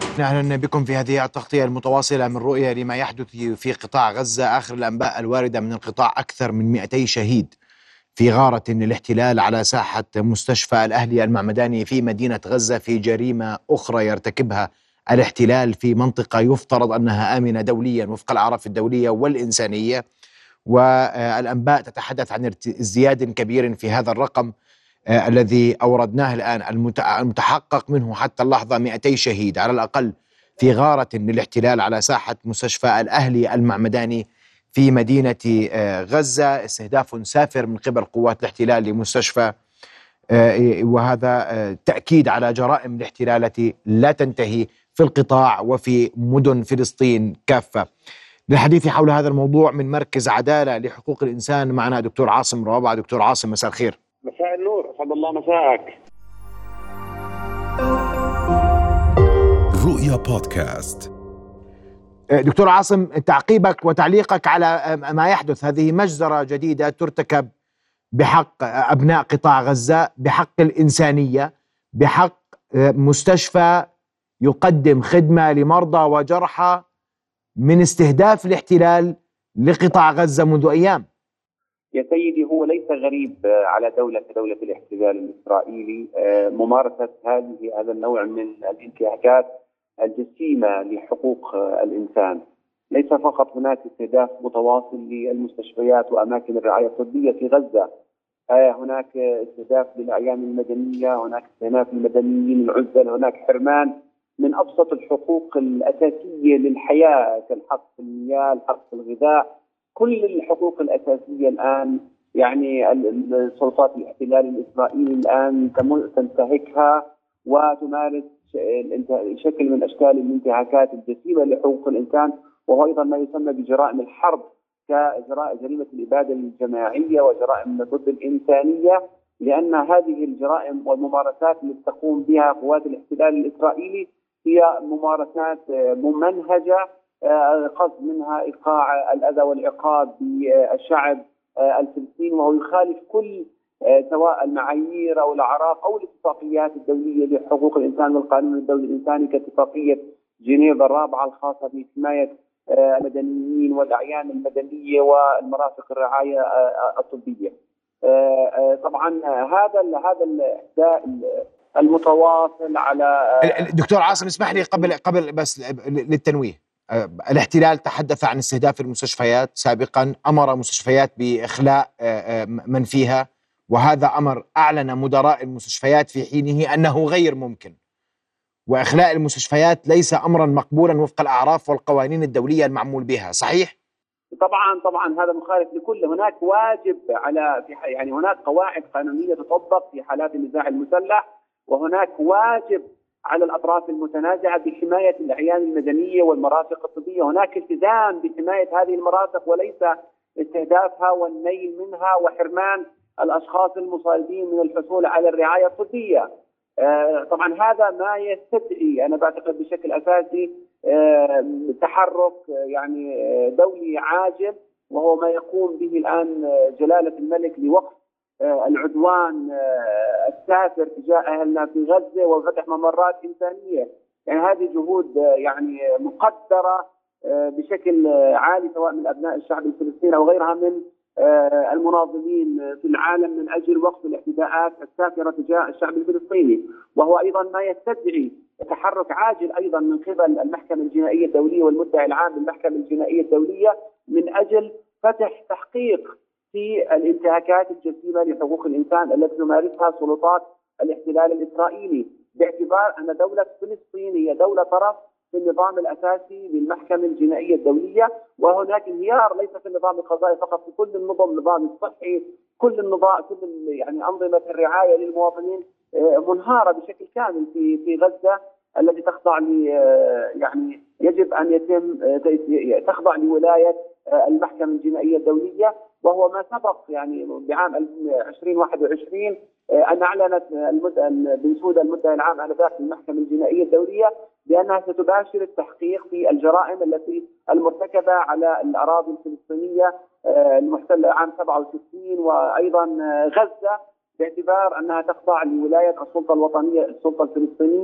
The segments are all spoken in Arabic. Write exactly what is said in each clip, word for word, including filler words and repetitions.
أهلا بكم في هذه التغطية المتواصلة من رؤية لما يحدث في قطاع غزة. آخر الأنباء الواردة من القطاع أكثر من مئتي شهيد في غارة الاحتلال على ساحة مستشفى الأهلي المعمداني في مدينة غزة، في جريمة أخرى يرتكبها الاحتلال في منطقة يفترض أنها آمنة دوليا وفق الأعراف الدولية والإنسانية. والأنباء تتحدث عن ازدياد كبير في هذا الرقم آه الذي أوردناه الآن، المتحقق منه حتى اللحظة مئتي شهيد على الأقل في غارة للاحتلال على ساحة مستشفى الأهلي المعمداني في مدينة آه غزة. استهداف سافر من قبل قوات الاحتلال لمستشفى، آه وهذا آه تأكيد على جرائم الاحتلال التي لا تنتهي في القطاع وفي مدن فلسطين كافة. للحديث حول هذا الموضوع من مركز عدالة لحقوق الإنسان معنا دكتور عاصم روابع. دكتور عاصم، مساء الخير. مساء النور، أسعد الله مساءك. رؤيا بودكاست. دكتور عاصم، تعقيبك وتعليقك على ما يحدث، هذه مجزرة جديدة ترتكب بحق أبناء قطاع غزة، بحق الإنسانية، بحق مستشفى يقدم خدمة لمرضى وجرحى، من استهداف الاحتلال لقطاع غزة منذ أيام. يا سيدي، هو ليس غريب على دولة دولة الاحتلال الإسرائيلي ممارسة هذه هذا النوع من الانتهاكات الجسيمة لحقوق الإنسان. ليس فقط هناك استهداف متواصل للمستشفيات وأماكن الرعاية الطبية في غزة، هناك استهداف للأعيان المدنية، هناك استهداف للمدنيين العزل، هناك حرمان من أبسط الحقوق الأساسية للحياة كالحق في المياه، الحق في الغذاء. كل الحقوق الأساسية الآن يعني السلطات الاحتلال الإسرائيلي الآن تنتهكها وتمارس شكل من أشكال الانتهاكات الجسيمة لحقوق الإنسان، وهو أيضا ما يسمى بجرائم الحرب كجريمة الإبادة الجماعية وجرائم ضد الإنسانية، لأن هذه الجرائم والممارسات التي تقوم بها قوات الاحتلال الإسرائيلي هي ممارسات ممنهجة، قصد منها إيقاع الأذى والعقاب بالشعب الفلسطيني، وهو يخالف كل سواء المعايير أو الأعراف أو الاتفاقيات الدولية لحقوق الإنسان والقانون الدولي الإنساني كاتفاقية جنيف الرابعة الخاصة بحماية المدنيين والأعيان المدنية والمرافق الرعاية الطبية. طبعا هذا هذا الإعتداء المتواصل على دكتور عاصم، اسمح لي قبل قبل بس للتنويه، الاحتلال تحدث عن استهداف المستشفيات سابقا، أمر مستشفيات بإخلاء من فيها، وهذا أمر أعلن مدراء المستشفيات في حينه أنه غير ممكن، وإخلاء المستشفيات ليس أمرا مقبولا وفق الأعراف والقوانين الدولية المعمول بها، صحيح؟ طبعا طبعا هذا مخالف لكل. هناك واجب على يعني هناك قواعد قانونية تطبق في حالات النزاع المسلح، وهناك واجب على الأطراف المتنازعة بحماية الأعيان المدنية والمرافق الطبية. هناك التزام بحماية هذه المرافق وليس استهدافها والنيل منها وحرمان الأشخاص المصابين من الحصول على الرعاية الطبية. آه طبعا هذا ما يستدعي، أنا بعتقد بشكل أساسي، آه تحرك يعني دولي عاجل، وهو ما يقوم به الآن جلالة الملك لوقف آه العدوان آه السافر تجاه أهلنا في غزة وفتح ممرات إنسانية. يعني هذه جهود آه يعني مقدرة آه بشكل عالي سواء من أبناء الشعب الفلسطيني أو غيرها من المناضلين في العالم من أجل وقف الاعتداءات السافرة تجاه الشعب الفلسطيني، وهو أيضا ما يستدعي تحرك عاجل أيضا من قبل المحكمة الجنائية الدولية والمدعي العام بالمحكمة الجنائية الدولية من أجل فتح تحقيق في الانتهاكات الجسيمة لحقوق الإنسان التي تمارسها سلطات الاحتلال الإسرائيلي، باعتبار أن دولة فلسطين هي دولة طرف في النظام الأساسي للمحكمة الجنائية الدولية. وهناك انهيار ليس في النظام القضائي فقط، في كل النظم، النظام الصحي، كل النظام، كل يعني أنظمة الرعاية للمواطنين منهارة بشكل كامل في في غزة التي تخضع ل يعني يجب أن يتم تخضع لولاية المحكمة الجنائية الدولية. وهو ما سبق يعني بعام ألفين وواحد وعشرين أن أعلنت بنسودة المدعي العام آنذاك في المحكمة الجنائية الدولية بأنها ستباشر التحقيق في الجرائم التي المرتكبة على الأراضي الفلسطينية المحتلة عام سبعة وستين وأيضا غزة، باعتبار أنها تخضع لولاية السلطة الوطنية السلطة الفلسطينية.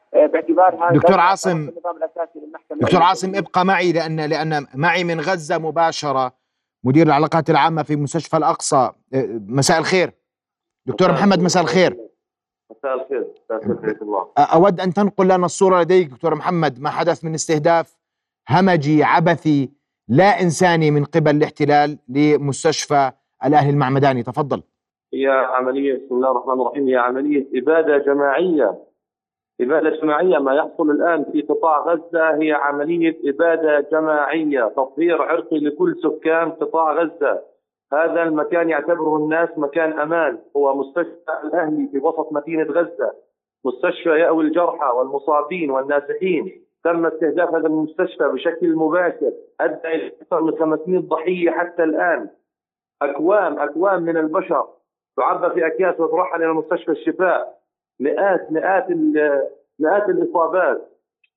باعتبار هذا دكتور عاصم النظام الاساسي للمحكمه. دكتور عاصم ابقى معي، لان لان معي من غزه مباشره مدير العلاقات العامه في مستشفى الاقصى. مساء الخير دكتور محمد. مساء الخير. مساء الخير. مساء الله. اود ان تنقل لنا الصوره لديك دكتور محمد، ما حدث من استهداف همجي عبثي لا انساني من قبل الاحتلال لمستشفى الاهلي المعمداني. تفضل. هي عمليه، بسم الله الرحمن الرحيم، هي عمليه اباده جماعيه، اباده جماعيه. ما يحصل الان في قطاع غزه هي عمليه اباده جماعيه، تطهير عرقي لكل سكان قطاع غزه. هذا المكان يعتبره الناس مكان امان، هو مستشفى الاهلي في وسط مدينه غزه، مستشفى يأوي الجرحى والمصابين والنازحين. تم استهداف هذا المستشفى بشكل مباشر، ادى الى اكثر من خمسمئة ضحيه حتى الان. اكوام اكوام من البشر تعبى في اكياس وترحل الى مستشفى الشفاء. مئات مئات مئات الاصابات.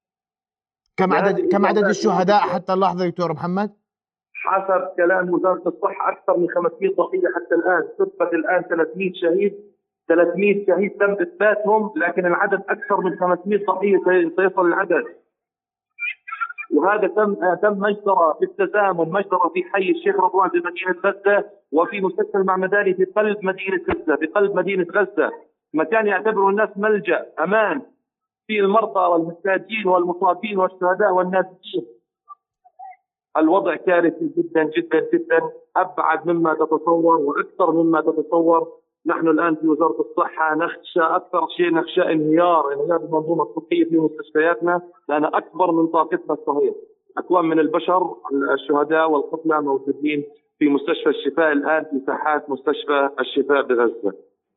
كم عدد كم عدد الشهداء حتى اللحظه دكتور محمد؟ حسب كلام وزاره الصحه اكثر من خمسمئة ضحيه حتى الان، ثبت الان ثلاثمئة شهيد، ثلاثمئة شهيد تم اثباتهم، لكن العدد اكثر من خمسمئة ضحيه سيصل العدد. وهذا تم تم مجزره في التزامن، مجزره في حي الشيخ رضوان في مدينه غزه، وفي مستشفى المعمداني في قلب مدينه غزه، في قلب مدينه غزه، مكان يعتبره الناس ملجا امان في المرضى والمحتاجين والمصابين والشهداء والنازحين. الوضع كارثي جدا جدا جدا، ابعد مما تتصور واكثر مما تتصور. نحن الان في وزاره الصحه نخشى اكثر شيء، نخشى انهيار انهيار المنظومه الصحيه في مستشفياتنا، لان اكبر من طاقتنا الصحيه. اكوام من البشر، الشهداء والقتلى موجودين في مستشفى الشفاء الان في ساحات مستشفى الشفاء بغزه.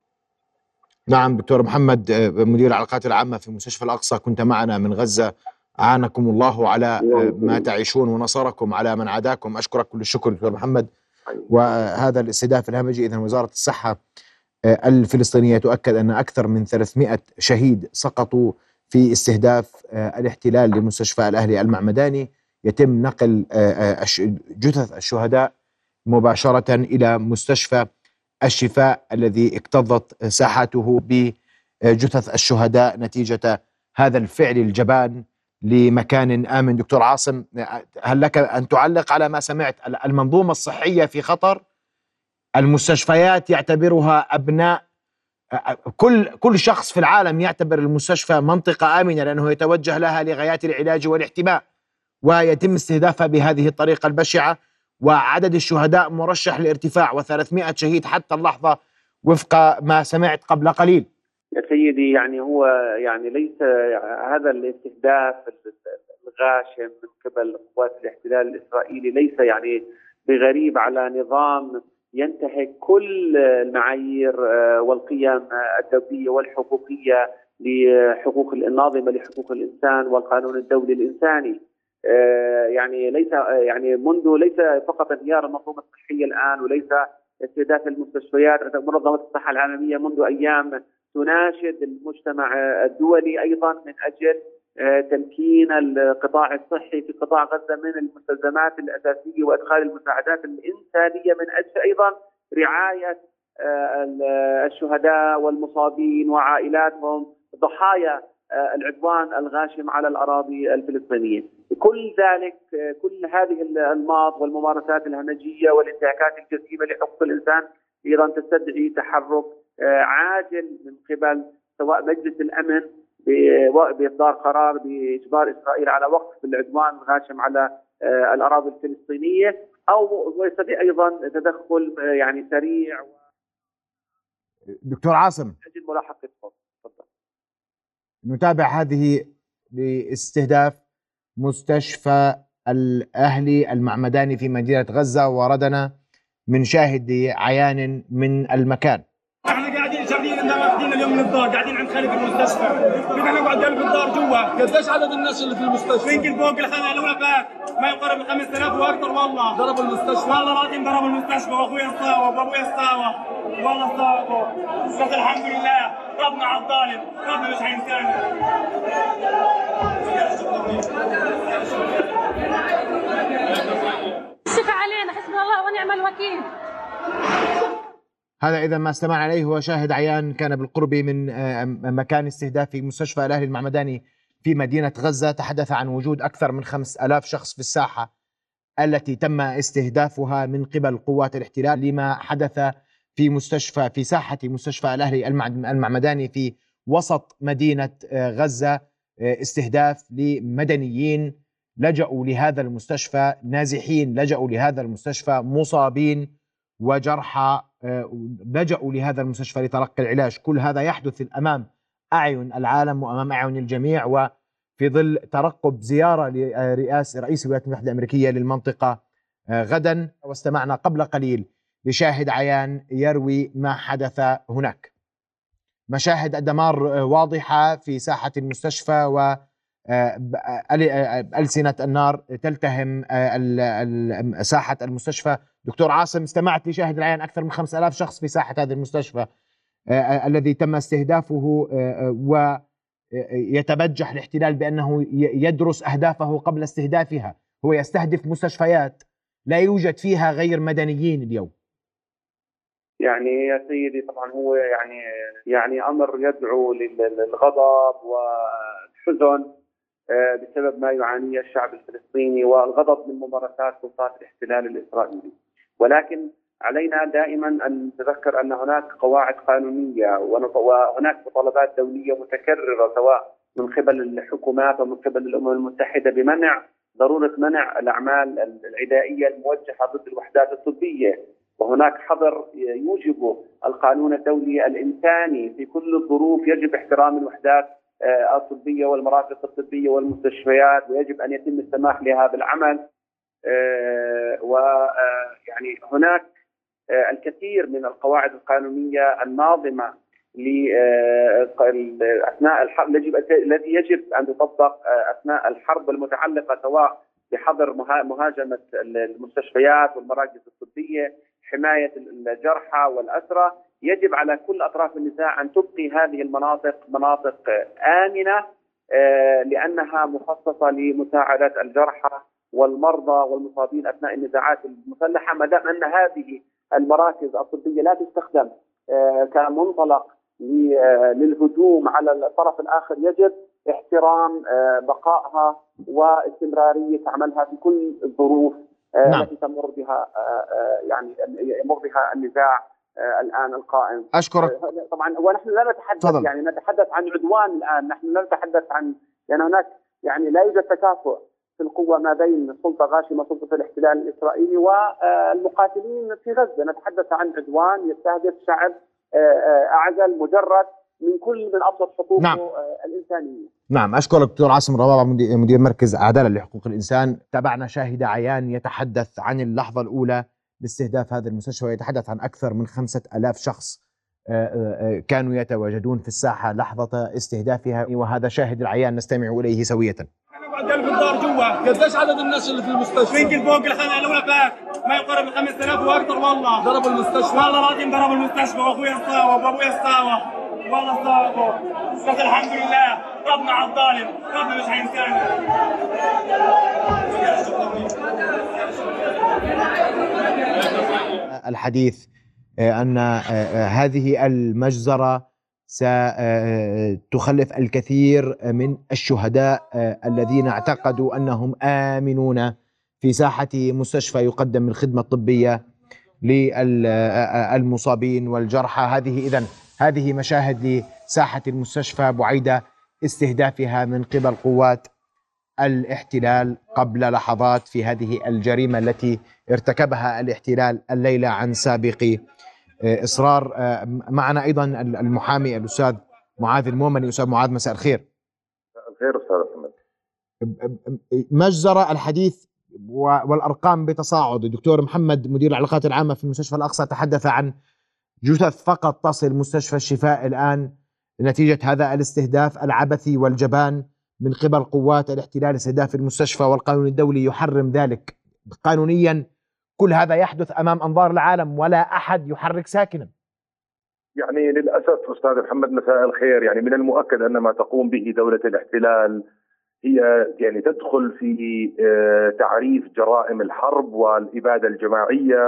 نعم دكتور محمد، مدير العلاقات العامه في مستشفى الاقصى، كنت معنا من غزه. أعانكم الله على ما تعيشون ونصركم على من عاداكم. أشكرك كل الشكر دكتور محمد. وهذا الاستهداف الهمجي، إذن وزارة الصحة الفلسطينية تؤكد أن أكثر من ثلاثمئة شهيد سقطوا في استهداف الاحتلال لمستشفى الأهلي المعمداني. يتم نقل جثث الشهداء مباشرة إلى مستشفى الشفاء الذي اكتظت ساحاته بجثث الشهداء نتيجة هذا الفعل الجبان لمكان آمن. دكتور عاصم، هل لك أن تعلق على ما سمعت؟ المنظومة الصحية في خطر، المستشفيات يعتبرها أبناء، كل كل شخص في العالم يعتبر المستشفى منطقة آمنة لأنه يتوجه لها لغايات العلاج والاحتماء، ويتم استهدافها بهذه الطريقة البشعة، وعدد الشهداء مرشح للارتفاع، وثلاثمئة شهيد حتى اللحظة وفق ما سمعت قبل قليل. يا سيدي، يعني هو يعني ليس هذا الاستهداف الغاشم من قبل قوات الاحتلال الإسرائيلي ليس يعني بغريب على نظام ينتهك كل المعايير والقيم الدولية والحقوقية لحقوق الناظمة لحقوق الإنسان والقانون الدولي الإنساني. يعني ليس يعني منذ ليس فقط انهيار المنظومة الصحية الآن، وليس استهداف المستشفيات. منظمة الصحة العالمية منذ أيام تناشد المجتمع الدولي أيضا من أجل تمكين القطاع الصحي في قطاع غزة من المستلزمات الأساسية وإدخال المساعدات الإنسانية من أجل أيضا رعاية الشهداء والمصابين وعائلاتهم ضحايا العدوان الغاشم على الأراضي الفلسطينية. كل ذلك، كل هذه الأنماط والممارسات الهمجية والانتهاكات الجسيمة لحقوق الإنسان أيضا تستدعي تحرك عاجل من قبل سواء مجلس الأمن بإصدار قرار بإجبار إسرائيل على وقف العدوان الغاشم على الأراضي الفلسطينية، أو يستطيع أيضا تدخل يعني سريع. دكتور عاصم، ملاحقة نتابع هذه لاستهداف مستشفى الأهلي المعمداني في مدينة غزة، وردنا من شاهد عيان من المكان. احنا قاعدين شغالين عندنا واخدين اليوم من الدار، قاعدين عند خالد المستشفى، بدنا نقعد قلب الدار جوا. قديش عدد الناس اللي في المستشفى؟ يمكن فوق الخمسة الأولى ما يقرب من خمسة آلاف واكثر. والله ضربوا المستشفى، والله العظيم ضربوا المستشفى، واخويا استاوى وابويا استاوى، والله استاوى. بس الحمد لله ربنا على الظالم، ربنا مش هينسانا. الشفاء علينا، حسبنا الله ونعم الوكيل. هذا إذا ما استمعنا عليه هو شاهد عيان كان بالقرب من مكان استهداف في مستشفى الأهلي المعمداني في مدينة غزة، تحدث عن وجود أكثر من خمس آلاف شخص في الساحة التي تم استهدافها من قبل قوات الاحتلال لما حدث في مستشفى في ساحة مستشفى الأهلي المعمداني في وسط مدينة غزة، استهداف لمدنيين لجأوا لهذا المستشفى، نازحين لجأوا لهذا المستشفى، مصابين وجرحى لجأوا لهذا المستشفى لتلقي العلاج. كل هذا يحدث أمام أعين العالم وأمام أعين الجميع، وفي ظل ترقب زيارة لرئاسة رئيس الولايات المتحدة الأمريكية للمنطقة غدا. واستمعنا قبل قليل لشاهد عيان يروي ما حدث هناك. مشاهد الدمار واضحة في ساحة المستشفى، وألسنة النار تلتهم ساحة المستشفى. دكتور عاصم، استمعت لشاهد العيان، أكثر من خمس آلاف شخص في ساحة هذا المستشفى الذي تم استهدافه، ويتبجح الاحتلال بأنه يدرس أهدافه قبل استهدافها. هو يستهدف مستشفيات لا يوجد فيها غير مدنيين اليوم. يعني يا سيدي طبعا هو يعني يعني امر يدعو للغضب والحزن بسبب ما يعانيه الشعب الفلسطيني، والغضب من ممارسات سلطات الاحتلال الاسرائيلي. ولكن علينا دائما ان نتذكر ان هناك قواعد قانونيه وهناك مطالبات دوليه متكرره سواء من قبل الحكومات ومن قبل الامم المتحده بمنع ضروره منع الاعمال العدائيه الموجهه ضد الوحدات الطبيه. وهناك حظر يوجب القانون الدولي الإنساني في كل الظروف، يجب احترام الوحدات الطبية والمرافق الطبية والمستشفيات، ويجب أن يتم السماح لها بالعمل. ويعني هناك الكثير من القواعد القانونية الناظمة أثناء الحرب التي يجب أن تطبق أثناء الحرب المتعلقة سواء بحظر مهاجمة المستشفيات والمراكز الطبية، حماية الجرحى والأسرى. يجب على كل أطراف النزاع أن تبقي هذه المناطق مناطق آمنة، لأنها مخصصة لمساعدة الجرحى والمرضى والمصابين أثناء النزاعات المسلحة. ما دام أن هذه المراكز الطبية لا تستخدم كمنطلق للهجوم على الطرف الآخر، يجب احترام بقائها واستمرارية عملها في كل الظروف نعم. التي تمر بها يعني يمر بها النزاع الآن القائم. أشكرك. طبعا ونحن لا نتحدث فضل. يعني نتحدث عن عدوان الآن، نحن لا نتحدث عن لأن يعني هناك يعني لا يوجد تكافؤ في القوة ما بين سلطة غاشمة سلطة الاحتلال الإسرائيلي والمقاتلين في غزة. نتحدث عن عدوان يستهدف شعب أعزل مجرد من كل من أبسط حقوقه نعم. الإنسانية. نعم، أشكرك دكتور عاصم ربابة مدير مركز عدالة لحقوق الإنسان. تابعنا شاهد عيان يتحدث عن اللحظة الأولى لاستهداف هذا المستشفى، ويتحدث عن أكثر من خمسة آلاف شخص كانوا يتواجدون في الساحة لحظة استهدافها، وهذا شاهد العيان نستمع إليه سوية. قلب الدار جوا، قديش عدد الناس اللي في المستشفى؟ يمكن فوق الخانة الأولى فات ما يقارب ال خمسة آلاف وأكثر. والله ضربوا المستشفى، والله العظيم ضربوا المستشفى، وأخويا صاوب وأبويا صاوب، والله صاوب. بس الحمد لله ربنا على الظالم، ربنا مش هينسانا. الحديث أن هذه المجزرة ستخلف الكثير من الشهداء الذين اعتقدوا أنهم آمنون في ساحة مستشفى يقدم الخدمة الطبية للمصابين والجرحى. هذه إذن هذه مشاهد لساحة المستشفى بعيدة استهدافها من قبل قوات الاحتلال قبل لحظات في هذه الجريمة التي ارتكبها الاحتلال الليلة عن سابق إصرار. معنا أيضا المحامي الأستاذ معاذ المؤمني. أستاذ معاذ، مساء الخير. الخير أستاذ محمد. مجزرة الحديث والأرقام بتصاعد. الدكتور محمد مدير العلاقات العامة في المستشفى الأقصى تحدث عن جثث فقط تصل مستشفى الشفاء الآن نتيجة هذا الاستهداف العبثي والجبان من قبل قوات الاحتلال، استهداف المستشفى، والقانون الدولي يحرم ذلك قانونيا. كل هذا يحدث أمام أنظار العالم ولا أحد يحرك ساكنا. يعني للأسف أستاذ محمد مساء الخير، يعني من المؤكد أن ما تقوم به دولة الاحتلال هي يعني تدخل في تعريف جرائم الحرب والإبادة الجماعية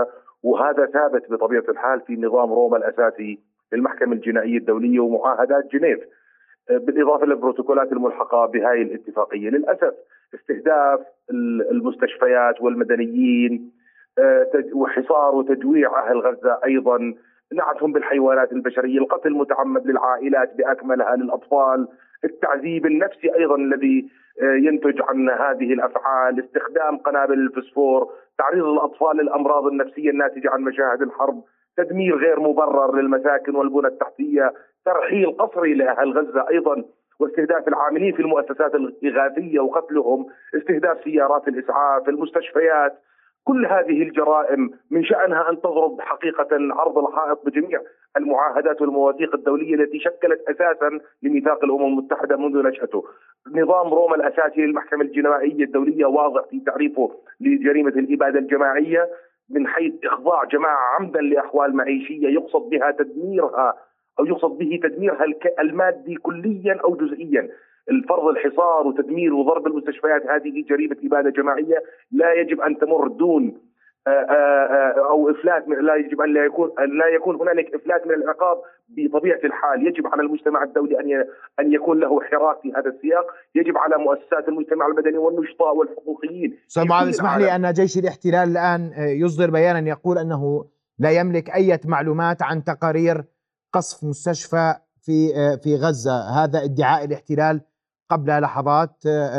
وهذا ثابت بطبيعة الحال في نظام روما الأساسي للمحكمة الجنائية الدولية ومعاهدات جنيف، بالإضافة للبروتوكولات الملحقة بهذه الاتفاقية. للأسف استهداف المستشفيات والمدنيين وحصار وتجويع أهل غزة، أيضا نعتهم بالحيوانات البشرية، القتل المتعمد للعائلات بأكملها، للأطفال، التعذيب النفسي أيضا الذي ينتج عن هذه الأفعال، استخدام قنابل الفسفور، تعريض الأطفال للأمراض النفسية الناتجة عن مشاهد الحرب، تدمير غير مبرر للمساكن والبنى التحتية، ترحيل قسري لأهل غزة أيضا، واستهداف العاملين في المؤسسات الإغاثية وقتلهم، استهداف سيارات الإسعاف، المستشفيات. كل هذه الجرائم من شأنها أن تضرب حقيقة عرض الحائط بجميع المعاهدات والمواثيق الدولية التي شكلت أساسا لميثاق الأمم المتحدة منذ نشأته. نظام روما الأساسي للمحكمة الجنائية الدولية واضح في تعريفه لجريمة الإبادة الجماعية من حيث إخضاع جماعة عمدا لأحوال معيشية يقصد بها تدميرها أو يقصد به تدميرها المادي كليا أو جزئيا. الفرض الحصار وتدمير وضرب المستشفيات هذه جريمة إبادة جماعية لا يجب أن تمر دون أو إفلات، لا يجب أن لا يكون لا يكون هنالك إفلات من العقاب بطبيعة الحال. يجب على المجتمع الدولي أن أن يكون له حراك في هذا السياق، يجب على مؤسسات المجتمع المدني والنشطاء والحقوقيين. أستاذ معاذ، اسمح لي أن جيش الاحتلال الآن يصدر بيانا يقول أنه لا يملك أي معلومات عن تقارير قصف مستشفى في في غزة. هذا ادعاء الاحتلال. قبل لحظات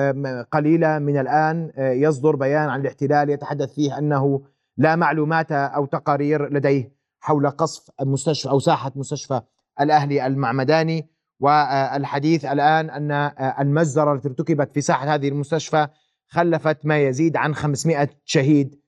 قليلة من الآن يصدر بيان عن الاحتلال يتحدث فيه أنه لا معلومات أو تقارير لديه حول قصف المستشفى أو ساحة مستشفى الأهلي المعمداني. والحديث الآن أن المجزرة التي ارتكبت في ساحة هذه المستشفى خلفت ما يزيد عن خمسمائة شهيد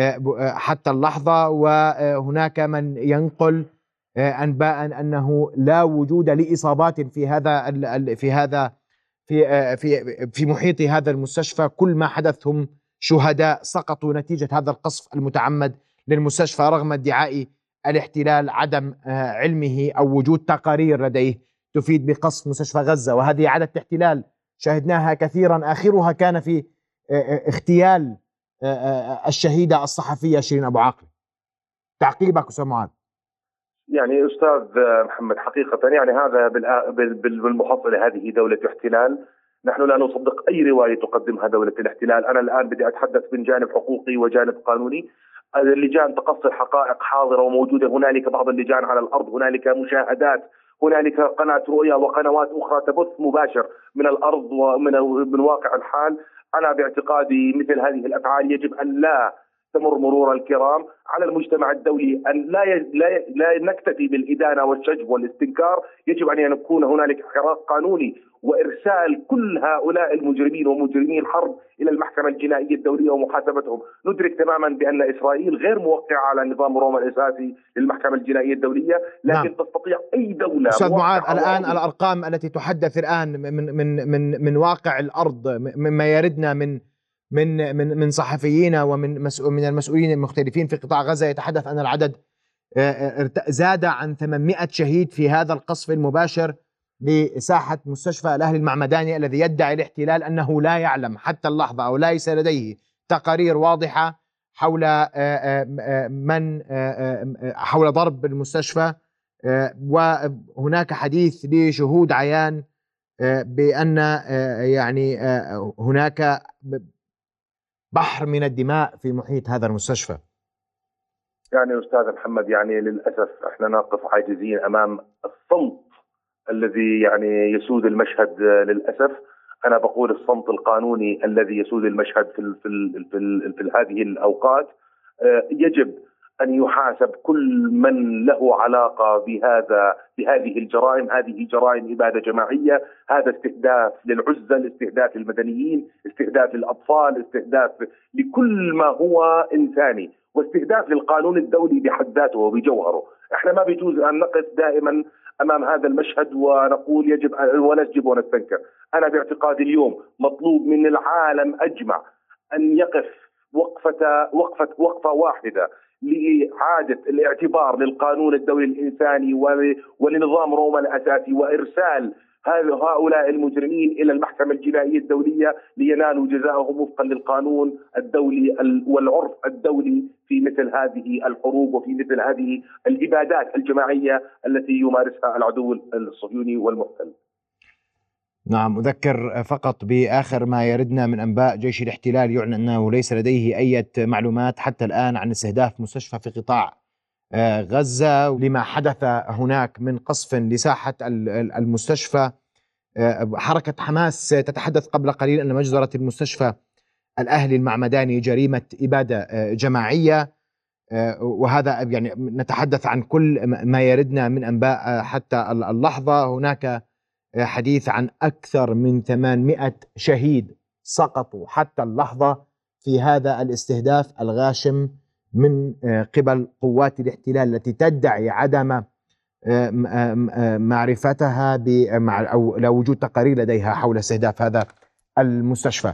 حتى اللحظة، وهناك من ينقل أنباء أنه لا وجود لإصابات في هذا في هذا في في في محيط هذا المستشفى. كل ما حدث هم شهداء سقطوا نتيجة هذا القصف المتعمد للمستشفى، رغم ادعاء الاحتلال عدم علمه أو وجود تقارير لديه تفيد بقصف مستشفى غزة. وهذه عادة احتلال شاهدناها كثيرا، آخرها كان في اغتيال الشهيدة الصحفية شيرين أبو عاقلة. تعقيبك أستاذ معاذ؟ يعني أستاذ محمد، حقيقة يعني هذا بالمحصلة هذه دولة احتلال. نحن لا نصدق أي رواية تقدمها دولة الاحتلال. أنا الآن بدي أتحدث من جانب حقوقي وجانب قانوني. اللجان تقصي الحقائق حاضرة وموجودة، هنالك بعض اللجان على الأرض، هنالك مشاهدات، هنالك قناة رؤيا وقنوات أخرى تبث مباشر من الأرض ومن من واقع الحال. أنا باعتقادي مثل هذه الأفعال يجب أن لا تمر مرور الكرام. على المجتمع الدولي أن لا لا لا نكتفي بالإدانة والشجب والاستنكار، يجب أن يكون هنالك حراك قانوني وإرسال كل هؤلاء المجرمين ومجرمي الحرب إلى المحكمة الجنائية الدولية ومحاسبتهم. ندرك تماما بأن إسرائيل غير موقعة على نظام روما الأساسي للمحكمة الجنائية الدولية، لكن نعم. تستطيع أي دولة. أستاذ معاذ، الآن الأرقام التي تحدث الآن من من من من واقع الأرض، مما يردنا من من من من صحفيين ومن مسؤول من المسؤولين المختلفين في قطاع غزة، يتحدث أن العدد زاد عن ثمانمائة شهيد في هذا القصف المباشر لساحة مستشفى الأهلي المعمداني، الذي يدعي الاحتلال أنه لا يعلم حتى اللحظة أو ليس لديه تقارير واضحة حول من حول ضرب المستشفى. وهناك حديث لشهود عيان بأن يعني هناك بحر من الدماء في محيط هذا المستشفى. يعني أستاذ محمد، يعني للأسف احنا نقف عاجزين أمام الصمت الذي يعني يسود المشهد. للأسف أنا بقول الصمت القانوني الذي يسود المشهد في ال في ال في, ال في هذه الأوقات. يجب أن يحاسب كل من له علاقة بهذا بهذه الجرائم. هذه جرائم إبادة جماعية، هذا استهداف للعزل، استهداف للمدنيين، استهداف للأطفال، استهداف لكل ما هو إنساني، واستهداف للقانون الدولي بحد ذاته وبجوهره. احنا ما بيجوز أن نقف دائما أمام هذا المشهد ونقول يجب ونسجب ونستنكر. أنا باعتقادي اليوم مطلوب من العالم أجمع أن يقف وقفة وقفة وقفة واحدة لإعادة الاعتبار للقانون الدولي الإنساني ولنظام روما الأساسي، وإرسال هؤلاء المجرمين إلى المحكمة الجنائية الدولية لينالوا جزاءهم وفقا للقانون الدولي والعرف الدولي في مثل هذه الحروب وفي مثل هذه الإبادات الجماعية التي يمارسها العدو الصهيوني والمحتل. نعم، أذكر فقط بآخر ما يردنا من أنباء جيش الاحتلال يعلن أنه ليس لديه أي معلومات حتى الآن عن استهداف مستشفى في قطاع غزة لما حدث هناك من قصف لساحة المستشفى. حركة حماس تتحدث قبل قليل أن مجزرة المستشفى الأهلي المعمداني جريمة إبادة جماعية، وهذا يعني نتحدث عن كل ما يردنا من أنباء حتى اللحظة. هناك حديث عن أكثر من ثمانمئة شهيد سقطوا حتى اللحظة في هذا الاستهداف الغاشم من قبل قوات الاحتلال التي تدعي عدم معرفتها أو لا وجود تقارير لديها حول استهداف هذا المستشفى.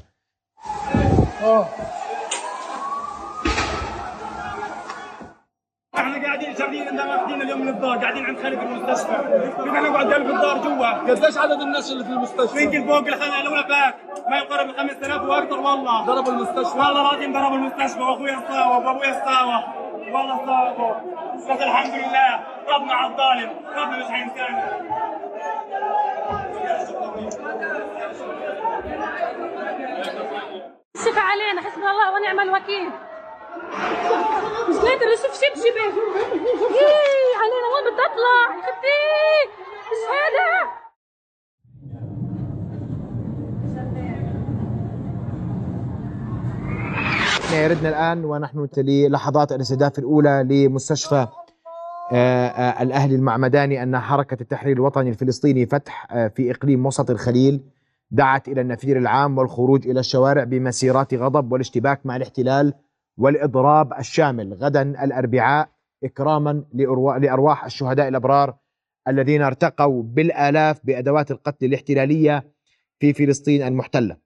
احنا قاعدين شغالين عندنا واخدين اليوم من الدار، قاعدين عند خالد المستشفى، بدنا نقعد قلب الدار جوا. قديش عدد الناس اللي في المستشفى؟ يمكن فوق الخانه الاولى فات ما يقرب من خمسة آلاف واكثر. والله ضربوا المستشفى، والله العظيم ضربوا المستشفى، واخويا استاوى وابويا استاوى، والله استاوى. بس الحمد لله ربنا على الظالم، ربنا مش هينسانا. شفا علينا، حسبنا الله ونعم الوكيل. مش قادر اشوف شبشبه ايه علينا، وين بدي اطلع يا اختي؟ ايش هذا؟ يردنا الآن ونحن نتلي لحظات الاستهداف الأولى لمستشفى الأهلي المعمداني أن حركة التحرير الوطني الفلسطيني فتح في إقليم وسط الخليل دعت إلى النفير العام والخروج إلى الشوارع بمسيرات غضب والاشتباك مع الاحتلال والإضراب الشامل غدا الأربعاء إكراما لأرواح الشهداء الأبرار الذين ارتقوا بالآلاف بأدوات القتل الاحتلالية في فلسطين المحتلة.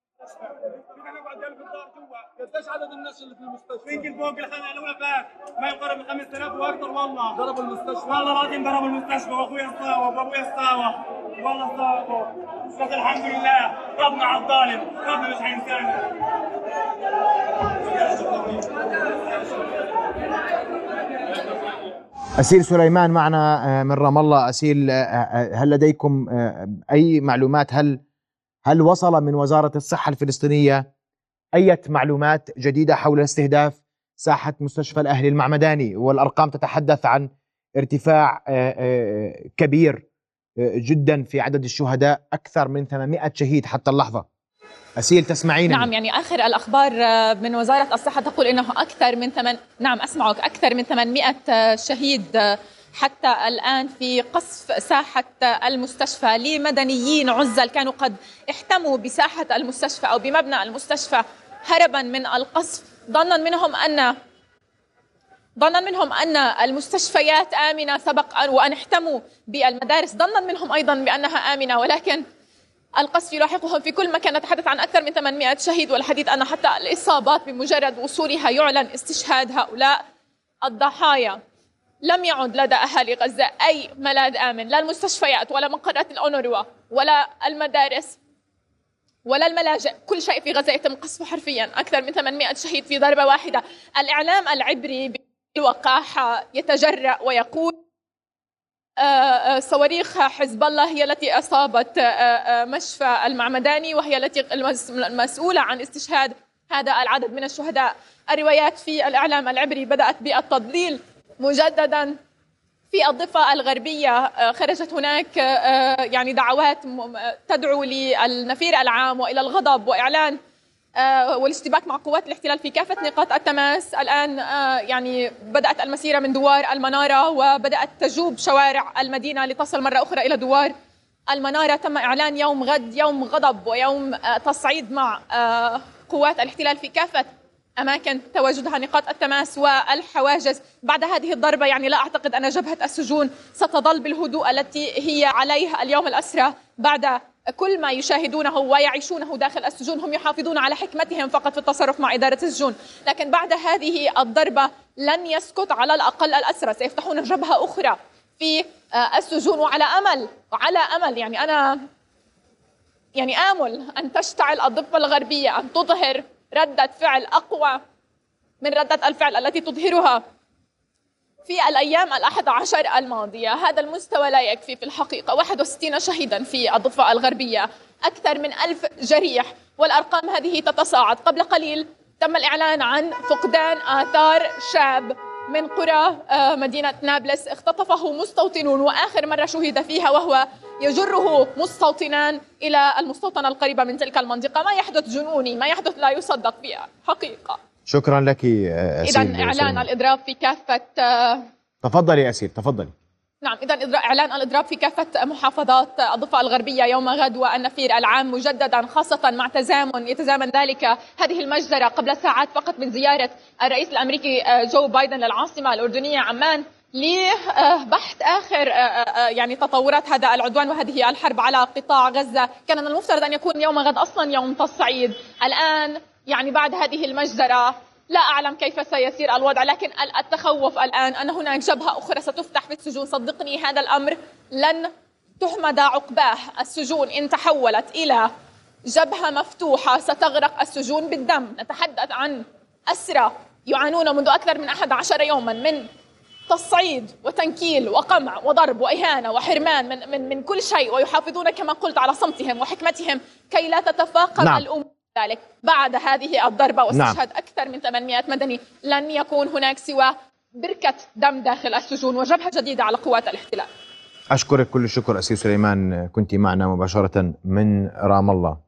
قديش عدد الناس اللي في المستشفى؟ يمكن فوق الخانه الاولى فات ما يقرب من خمسة آلاف واكثر. والله ضربوا المستشفى، والله العظيم ضربوا المستشفى، واخويا استاوى وابويا استاوى، والله استاوى. بس الحمد لله ربنا على الظالم، ربنا مش هينسانا. أسيل سليمان معنا من رام الله. أسيل، هل لديكم أي معلومات؟ هل هل وصل من وزارة الصحة الفلسطينية أي معلومات جديدة حول استهداف ساحة مستشفى الأهلي المعمداني؟ والأرقام تتحدث عن ارتفاع كبير جدا في عدد الشهداء، أكثر من ثمانمئة شهيد حتى اللحظة. أسيل تسمعين؟ نعم، يعني آخر الأخبار من وزارة الصحة تقول إنه أكثر من ثمن نعم أسمعك أكثر من ثمانمئة شهيد حتى الآن في قصف ساحة المستشفى لمدنيين عزل كانوا قد احتموا بساحة المستشفى أو بمبنى المستشفى هربا من القصف، ظنا منهم أن ظنا منهم أن المستشفيات آمنة سبق وأن احتموا بالمدارس، ظنا منهم أيضا بأنها آمنة، ولكن القصف يلاحقهم في كل مكان. نتحدث عن أكثر من ثمانمئة شهيد، والحديث أن حتى الإصابات بمجرد وصولها يعلن استشهاد هؤلاء الضحايا. لم يعد لدى أهالي غزة أي ملاذ آمن، لا المستشفيات ولا مقرات الأونروا ولا المدارس ولا الملاجئ، كل شيء في غزة يتم قصفه حرفيا. أكثر من ثمانمئة شهيد في ضربة واحدة. الإعلام العبري بالوقاحة يتجرأ ويقول صواريخ حزب الله هي التي أصابت مشفى المعمداني وهي التي المسؤولة عن استشهاد هذا العدد من الشهداء. الروايات في الإعلام العبري بدأت بالتضليل مجددا. في الضفة الغربية خرجت هناك يعني دعوات تدعو للنفير العام وإلى الغضب وإعلان والاشتباك مع قوات الاحتلال في كافة نقاط التماس. الآن يعني بدأت المسيرة من دوار المنارة وبدأت تجوب شوارع المدينة لتصل مرة أخرى إلى دوار المنارة. تم إعلان يوم غد يوم غضب ويوم تصعيد مع قوات الاحتلال في كافة أماكن تواجدها نقاط التماس والحواجز. بعد هذه الضربة يعني لا أعتقد أن جبهة السجون ستظل بالهدوء التي هي عليه اليوم. الأسرى بعد كل ما يشاهدونه ويعيشونه داخل السجون هم يحافظون على حكمتهم فقط في التصرف مع إدارة السجون، لكن بعد هذه الضربة لن يسكت على الأقل الأسرى، سيفتحون جبهة أخرى في السجون، وعلى أمل وعلى أمل يعني أنا يعني آمل أن تشتعل الضفة الغربية، أن تظهر ردة فعل أقوى من ردة الفعل التي تظهرها في الأيام الأحد عشر الماضية. هذا المستوى لا يكفي في الحقيقة. واحد وستين شهيدا في الضفة الغربية، أكثر من ألف جريح، والأرقام هذه تتصاعد. قبل قليل تم الإعلان عن فقدان آثار شاب من قرى مدينة نابلس اختطفه مستوطنون، وآخر مرة شهد فيها وهو يجره مستوطنان إلى المستوطنة القريبة من تلك المنطقة. ما يحدث جنوني، ما يحدث لا يصدق فيها حقيقة. شكرا لك إذا إعلان الإضراب في كافة. تفضلي أسيل تفضلي. نعم، إذا إعلان الإضراب في كافة محافظات الضفة الغربية يوم غد والنفير العام مجددا، خاصة مع تزامن يتزامن ذلك هذه المجزرة قبل ساعات فقط من زيارة الرئيس الأمريكي جو بايدن للعاصمة الأردنية عمان لبحث آخر يعني تطورات هذا العدوان وهذه الحرب على قطاع غزة. كان من المفترض أن يكون يوم غد أصلا يوم تصعيد. الآن يعني بعد هذه المجزرة لا أعلم كيف سيسير الوضع، لكن التخوف الآن أن هناك جبهة أخرى ستفتح في السجون. صدقني هذا الأمر لن تحمد عقباه. السجون إن تحولت إلى جبهة مفتوحة ستغرق السجون بالدم. نتحدث عن أسرى يعانون منذ أكثر من أحد عشر يوما من تصعيد وتنكيل وقمع وضرب وإهانة وحرمان من, من, من كل شيء، ويحافظون كما قلت على صمتهم وحكمتهم كي لا تتفاقم نعم. الأمور ذلك. بعد هذه الضربة واستشهاد نعم. أكثر من ثمانمائة مدني لن يكون هناك سوى بركة دم داخل السجون وجبهة جديدة على قوات الاحتلال. أشكرك كل الشكر أسيل سليمان، كنت معنا مباشرة من رام الله.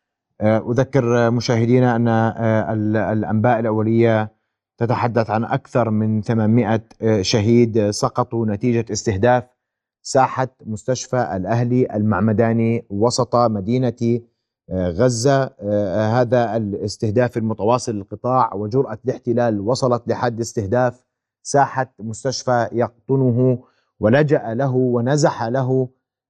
أذكر مشاهدينا أن الأنباء الأولية تتحدث عن أكثر من ثمانمائة شهيد سقطوا نتيجة استهداف ساحة مستشفى الأهلي المعمداني وسط مدينة غزة. هذا الاستهداف المتواصل للقطاع وجرأة الاحتلال وصلت لحد استهداف ساحة مستشفى يقطنه ولجأ له ونزح له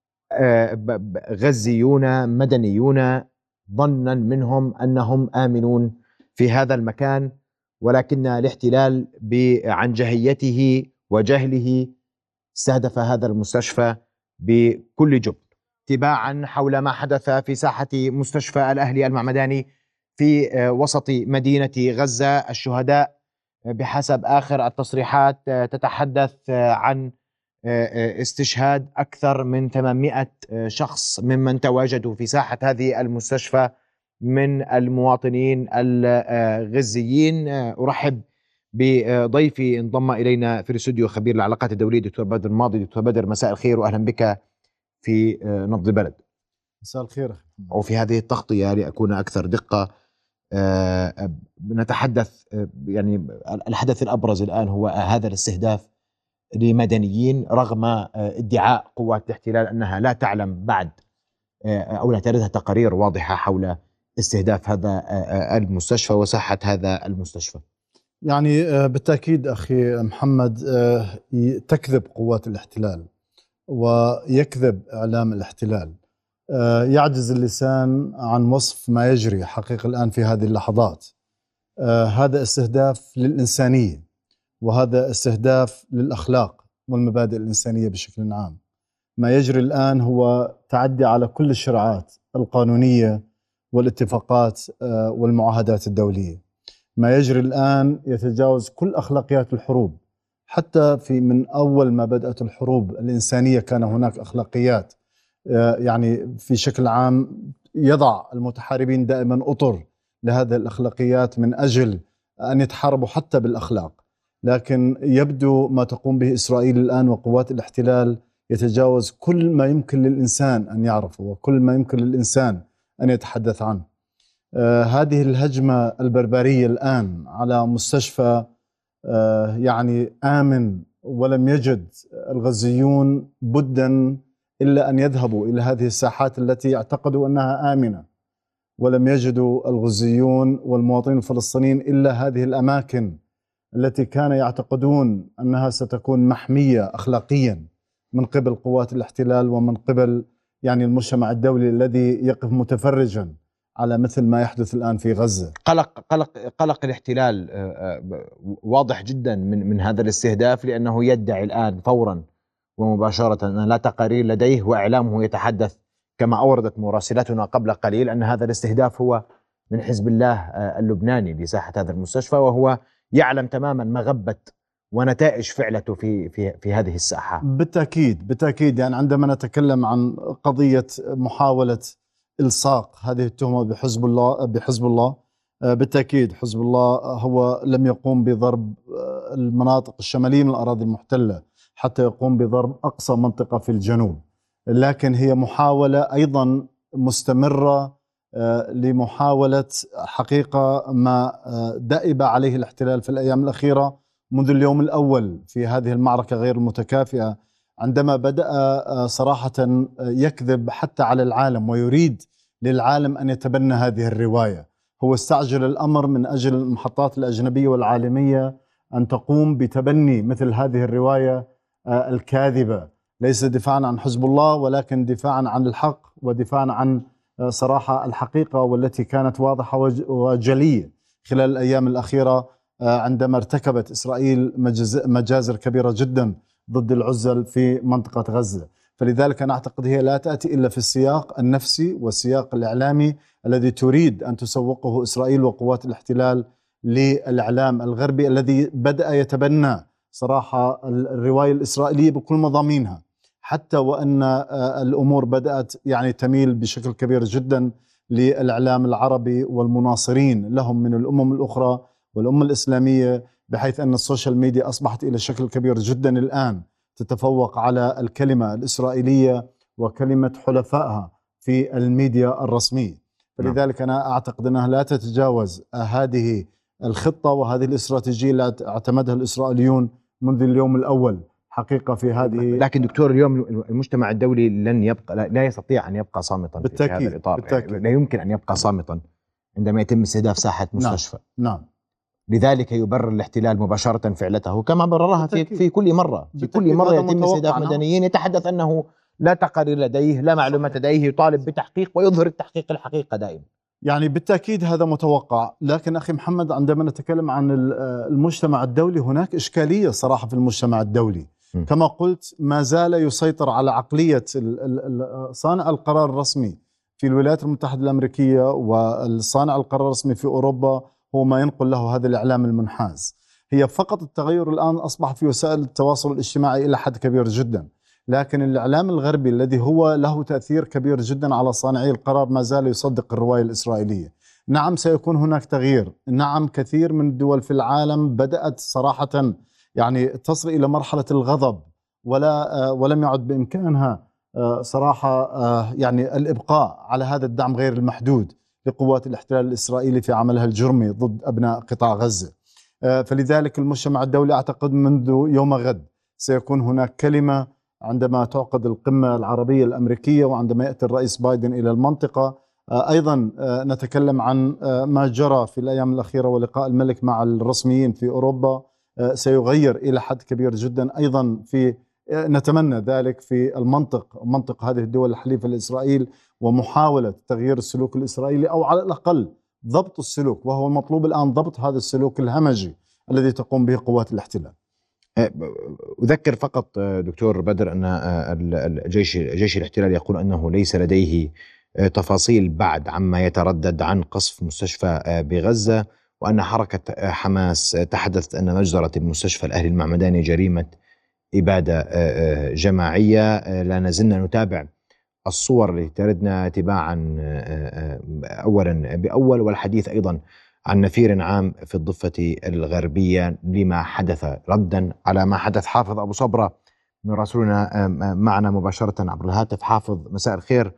غزيون مدنيون ظنا منهم أنهم آمنون في هذا المكان، ولكن الاحتلال بعنجهيته وجهله استهدف هذا المستشفى بكل جبن. تباعا حول ما حدث في ساحة مستشفى الأهلي المعمداني في وسط مدينة غزة، الشهداء بحسب آخر التصريحات تتحدث عن استشهاد أكثر من ثمانمائة شخص ممن تواجدوا في ساحة هذه المستشفى من المواطنين الغزيين. أرحب بضيفي انضم إلينا في الاستوديو خبير العلاقات الدولية دكتور بدر الماضي. دكتور بدر مساء الخير وأهلا بك في نبض البلد. مساء الخير. وفي هذه التغطية لأكون أكثر دقة، نتحدث يعني الحدث الأبرز الآن هو هذا الاستهداف لمدنيين رغم ادعاء قوات الاحتلال أنها لا تعلم بعد أو لا تردها تقارير واضحة حول استهداف هذا المستشفى وساحة هذا المستشفى. يعني بالتأكيد أخي محمد تكذب قوات الاحتلال ويكذب إعلام الاحتلال. يعجز اللسان عن وصف ما يجري حقيقة الآن في هذه اللحظات. هذا استهداف للإنسانية، وهذا استهداف للأخلاق والمبادئ الإنسانية بشكل عام. ما يجري الآن هو تعدي على كل الشرعات القانونية والاتفاقات والمعاهدات الدولية. ما يجري الآن يتجاوز كل أخلاقيات الحروب. حتى في من أول ما بدأت الحروب الإنسانية كان هناك أخلاقيات، يعني في شكل عام يضع المتحاربين دائما أطر لهذه الأخلاقيات من أجل أن يتحاربوا حتى بالأخلاق. لكن يبدو ما تقوم به إسرائيل الآن وقوات الاحتلال يتجاوز كل ما يمكن للإنسان أن يعرفه وكل ما يمكن للإنسان أن يتحدث عنه. آه هذه الهجمة البربرية الآن على مستشفى آه يعني آمن، ولم يجد الغزيون بدا إلا أن يذهبوا إلى هذه الساحات التي اعتقدوا أنها آمنة، ولم يجدوا الغزيون والمواطنين الفلسطينيين إلا هذه الأماكن التي كانوا يعتقدون أنها ستكون محمية أخلاقيا من قبل قوات الاحتلال ومن قبل يعني المجتمع الدولي الذي يقف متفرجا على مثل ما يحدث الآن في غزة. قلق قلق قلق الاحتلال واضح جدا من من هذا الاستهداف، لأنه يدعي الآن فورا ومباشرة أن لا تقارير لديه، وإعلامه يتحدث كما أوردت مراسلتنا قبل قليل أن هذا الاستهداف هو من حزب الله اللبناني لساحة هذا المستشفى، وهو يعلم تماما مغبة ونتائج فعلته في في في هذه الساحة. بالتأكيد بالتأكيد، يعني عندما نتكلم عن قضية محاولة إلصاق هذه التهمة بحزب الله بحزب الله بالتأكيد حزب الله هو لم يقوم بضرب المناطق الشمالية من الأراضي المحتلة حتى يقوم بضرب أقصى منطقة في الجنوب، لكن هي محاولة أيضا مستمرة لمحاولة حقيقة ما دأب عليه الاحتلال في الأيام الأخيرة منذ اليوم الأول في هذه المعركة غير المتكافئة، عندما بدأ صراحة يكذب حتى على العالم ويريد للعالم أن يتبنى هذه الرواية. هو استعجل الأمر من أجل المحطات الأجنبية والعالمية أن تقوم بتبني مثل هذه الرواية الكاذبة، ليس دفاعا عن حزب الله ولكن دفاعا عن الحق ودفاعا عن صراحة الحقيقة والتي كانت واضحة وجلية خلال الأيام الأخيرة عندما ارتكبت إسرائيل مجازر كبيرة جدا ضد العزل في منطقة غزة. فلذلك أنا أعتقد هي لا تأتي إلا في السياق النفسي والسياق الإعلامي الذي تريد أن تسوقه إسرائيل وقوات الاحتلال للإعلام الغربي الذي بدأ يتبنى صراحة الرواية الإسرائيلية بكل مضامينها، حتى وأن الأمور بدأت يعني تميل بشكل كبير جدا للإعلام العربي والمناصرين لهم من الأمم الأخرى والأمة الإسلامية، بحيث أن السوشيال ميديا أصبحت إلى شكل كبير جدا الآن تتفوق على الكلمة الإسرائيلية وكلمة حلفائها في الميديا الرسمية. فلذلك أنا أعتقد أنها لا تتجاوز هذه الخطة وهذه الاستراتيجية التي اعتمدها الإسرائيليون منذ اليوم الأول حقيقة في هذه. لكن دكتور اليوم المجتمع الدولي لن يبقى لا يستطيع أن يبقى صامتا بالتأكيد في هذا الإطار، بالتأكيد. يعني لا يمكن أن يبقى صامتا عندما يتم استهداف ساحة مستشفى. نعم, نعم. لذلك يبرر الاحتلال مباشرة فعلته كما بررها في في كل مرة في كل مرة يتم استهداف مدنيين يتحدث أنه لا تقارير لديه لا معلومات لديه، يطالب بتحقيق ويظهر التحقيق الحقيقة دائما. يعني بالتأكيد هذا متوقع، لكن أخي محمد عندما نتكلم عن المجتمع الدولي هناك إشكالية صراحة في المجتمع الدولي. م. كما قلت ما زال يسيطر على عقلية صانع القرار الرسمي في الولايات المتحدة الأمريكية والصانع القرار الرسمي في أوروبا هو ما ينقل له هذا الإعلام المنحاز. هي فقط التغير الآن أصبح في وسائل التواصل الاجتماعي إلى حد كبير جدا، لكن الإعلام الغربي الذي هو له تأثير كبير جدا على صانعي القرار ما زال يصدق الرواية الإسرائيلية. نعم سيكون هناك تغيير، نعم كثير من الدول في العالم بدأت صراحة يعني تصل إلى مرحلة الغضب ولا ولم يعد بإمكانها صراحة يعني الإبقاء على هذا الدعم غير المحدود لقوات الاحتلال الإسرائيلي في عملها الجرمي ضد أبناء قطاع غزة. فلذلك المجتمع الدولي أعتقد منذ يوم غد سيكون هناك كلمة عندما تعقد القمة العربية الأمريكية وعندما يأتي الرئيس بايدن إلى المنطقة. أيضا نتكلم عن ما جرى في الأيام الأخيرة ولقاء الملك مع الرسميين في أوروبا سيغير إلى حد كبير جدا أيضا في نتمنى ذلك في المنطق منطق هذه الدول الحليفة لإسرائيل ومحاولة تغيير السلوك الإسرائيلي أو على الأقل ضبط السلوك، وهو المطلوب الآن ضبط هذا السلوك الهمجي الذي تقوم به قوات الاحتلال. أذكر فقط دكتور بدر أن الجيش جيش الاحتلال يقول أنه ليس لديه تفاصيل بعد عما يتردد عن قصف مستشفى بغزة، وأن حركة حماس تحدثت أن مجزرة المستشفى الأهلي المعمداني جريمة إبادة جماعية. لا نزلنا نتابع الصور التي تردنا تباعا أولا بأول، والحديث أيضا عن نفير عام في الضفة الغربية لما حدث ردا على ما حدث. حافظ أبو صبرة مراسلنا معنا مباشرة عبر الهاتف. حافظ مساء الخير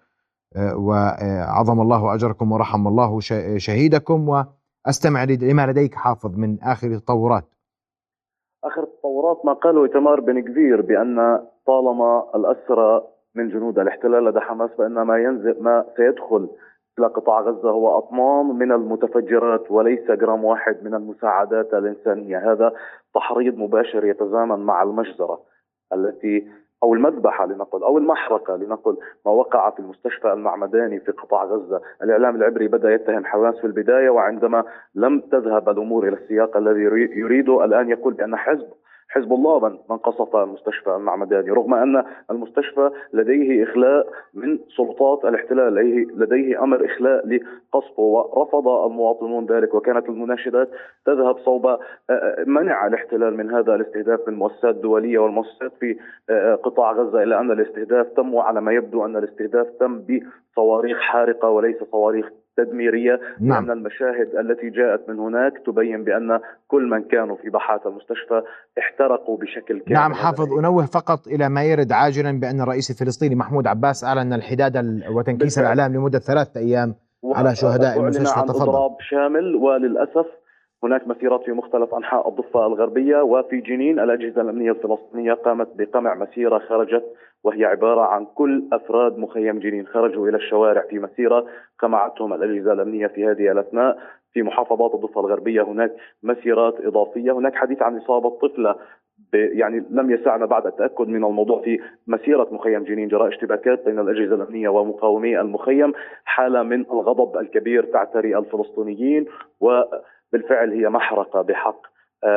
وعظم الله أجركم ورحم الله شهيدكم، وأستمع لما لديك حافظ من آخر التطورات. آخر التطورات ما قاله إيتمار بن كفير بأن طالما الأسرى من جنود الاحتلال لدى حماس فإن ما ينزل ما سيدخل إلى قطاع غزة هو أطنان من المتفجرات وليس جرام واحد من المساعدات الإنسانية. هذا تحريض مباشر يتزامن مع المجزرة التي أو المذبحة لنقل أو المحرقة لنقل ما وقع في المستشفى المعمداني في قطاع غزة. الإعلام العبري بدأ يتهم حماس في البداية، وعندما لم تذهب الأمور إلى السياق الذي يريده الآن يقول بأن حزب حزب الله من من قصف المستشفى المعمداني، رغم أن المستشفى لديه إخلاء من سلطات الاحتلال، لديه أمر إخلاء لقصفه، ورفض المواطنون ذلك، وكانت المناشدات تذهب صوب منع الاحتلال من هذا الاستهداف من المؤسسات الدولية والمؤسسات في قطاع غزة، إلا أن الاستهداف تم، وعلى ما يبدو أن الاستهداف تم بصواريخ حارقة وليس صواريخ تدميرية. نعم. لأن المشاهد التي جاءت من هناك تبين بأن كل من كانوا في باحات المستشفى احترقوا بشكل كامل. نعم حافظ، أنوه فقط إلى ما يرد عاجلا بأن الرئيس الفلسطيني محمود عباس أعلن الحداد وتنكيس بالفعل. الإعلام لمدة ثلاثة أيام على شهداء المستشفى. عن تفضل. إضراب شامل، وللأسف هناك مسيرات في مختلف أنحاء الضفة الغربية. وفي جنين الأجهزة الأمنية الفلسطينية قامت بقمع مسيرة خرجت، وهي عبارة عن كل أفراد مخيم جنين خرجوا إلى الشوارع في مسيرة قمعتهم الأجهزة الأمنية في هذه الأثناء. في محافظات الضفة الغربية هناك مسيرات إضافية. هناك حديث عن إصابة طفلة، يعني لم يسعنا بعد التأكد من الموضوع، في مسيرة مخيم جنين جراء اشتباكات بين الأجهزة الأمنية ومقاومي المخيم. حالة من الغضب الكبير تعتري الفلسطينيين، وبالفعل هي محرقة بحق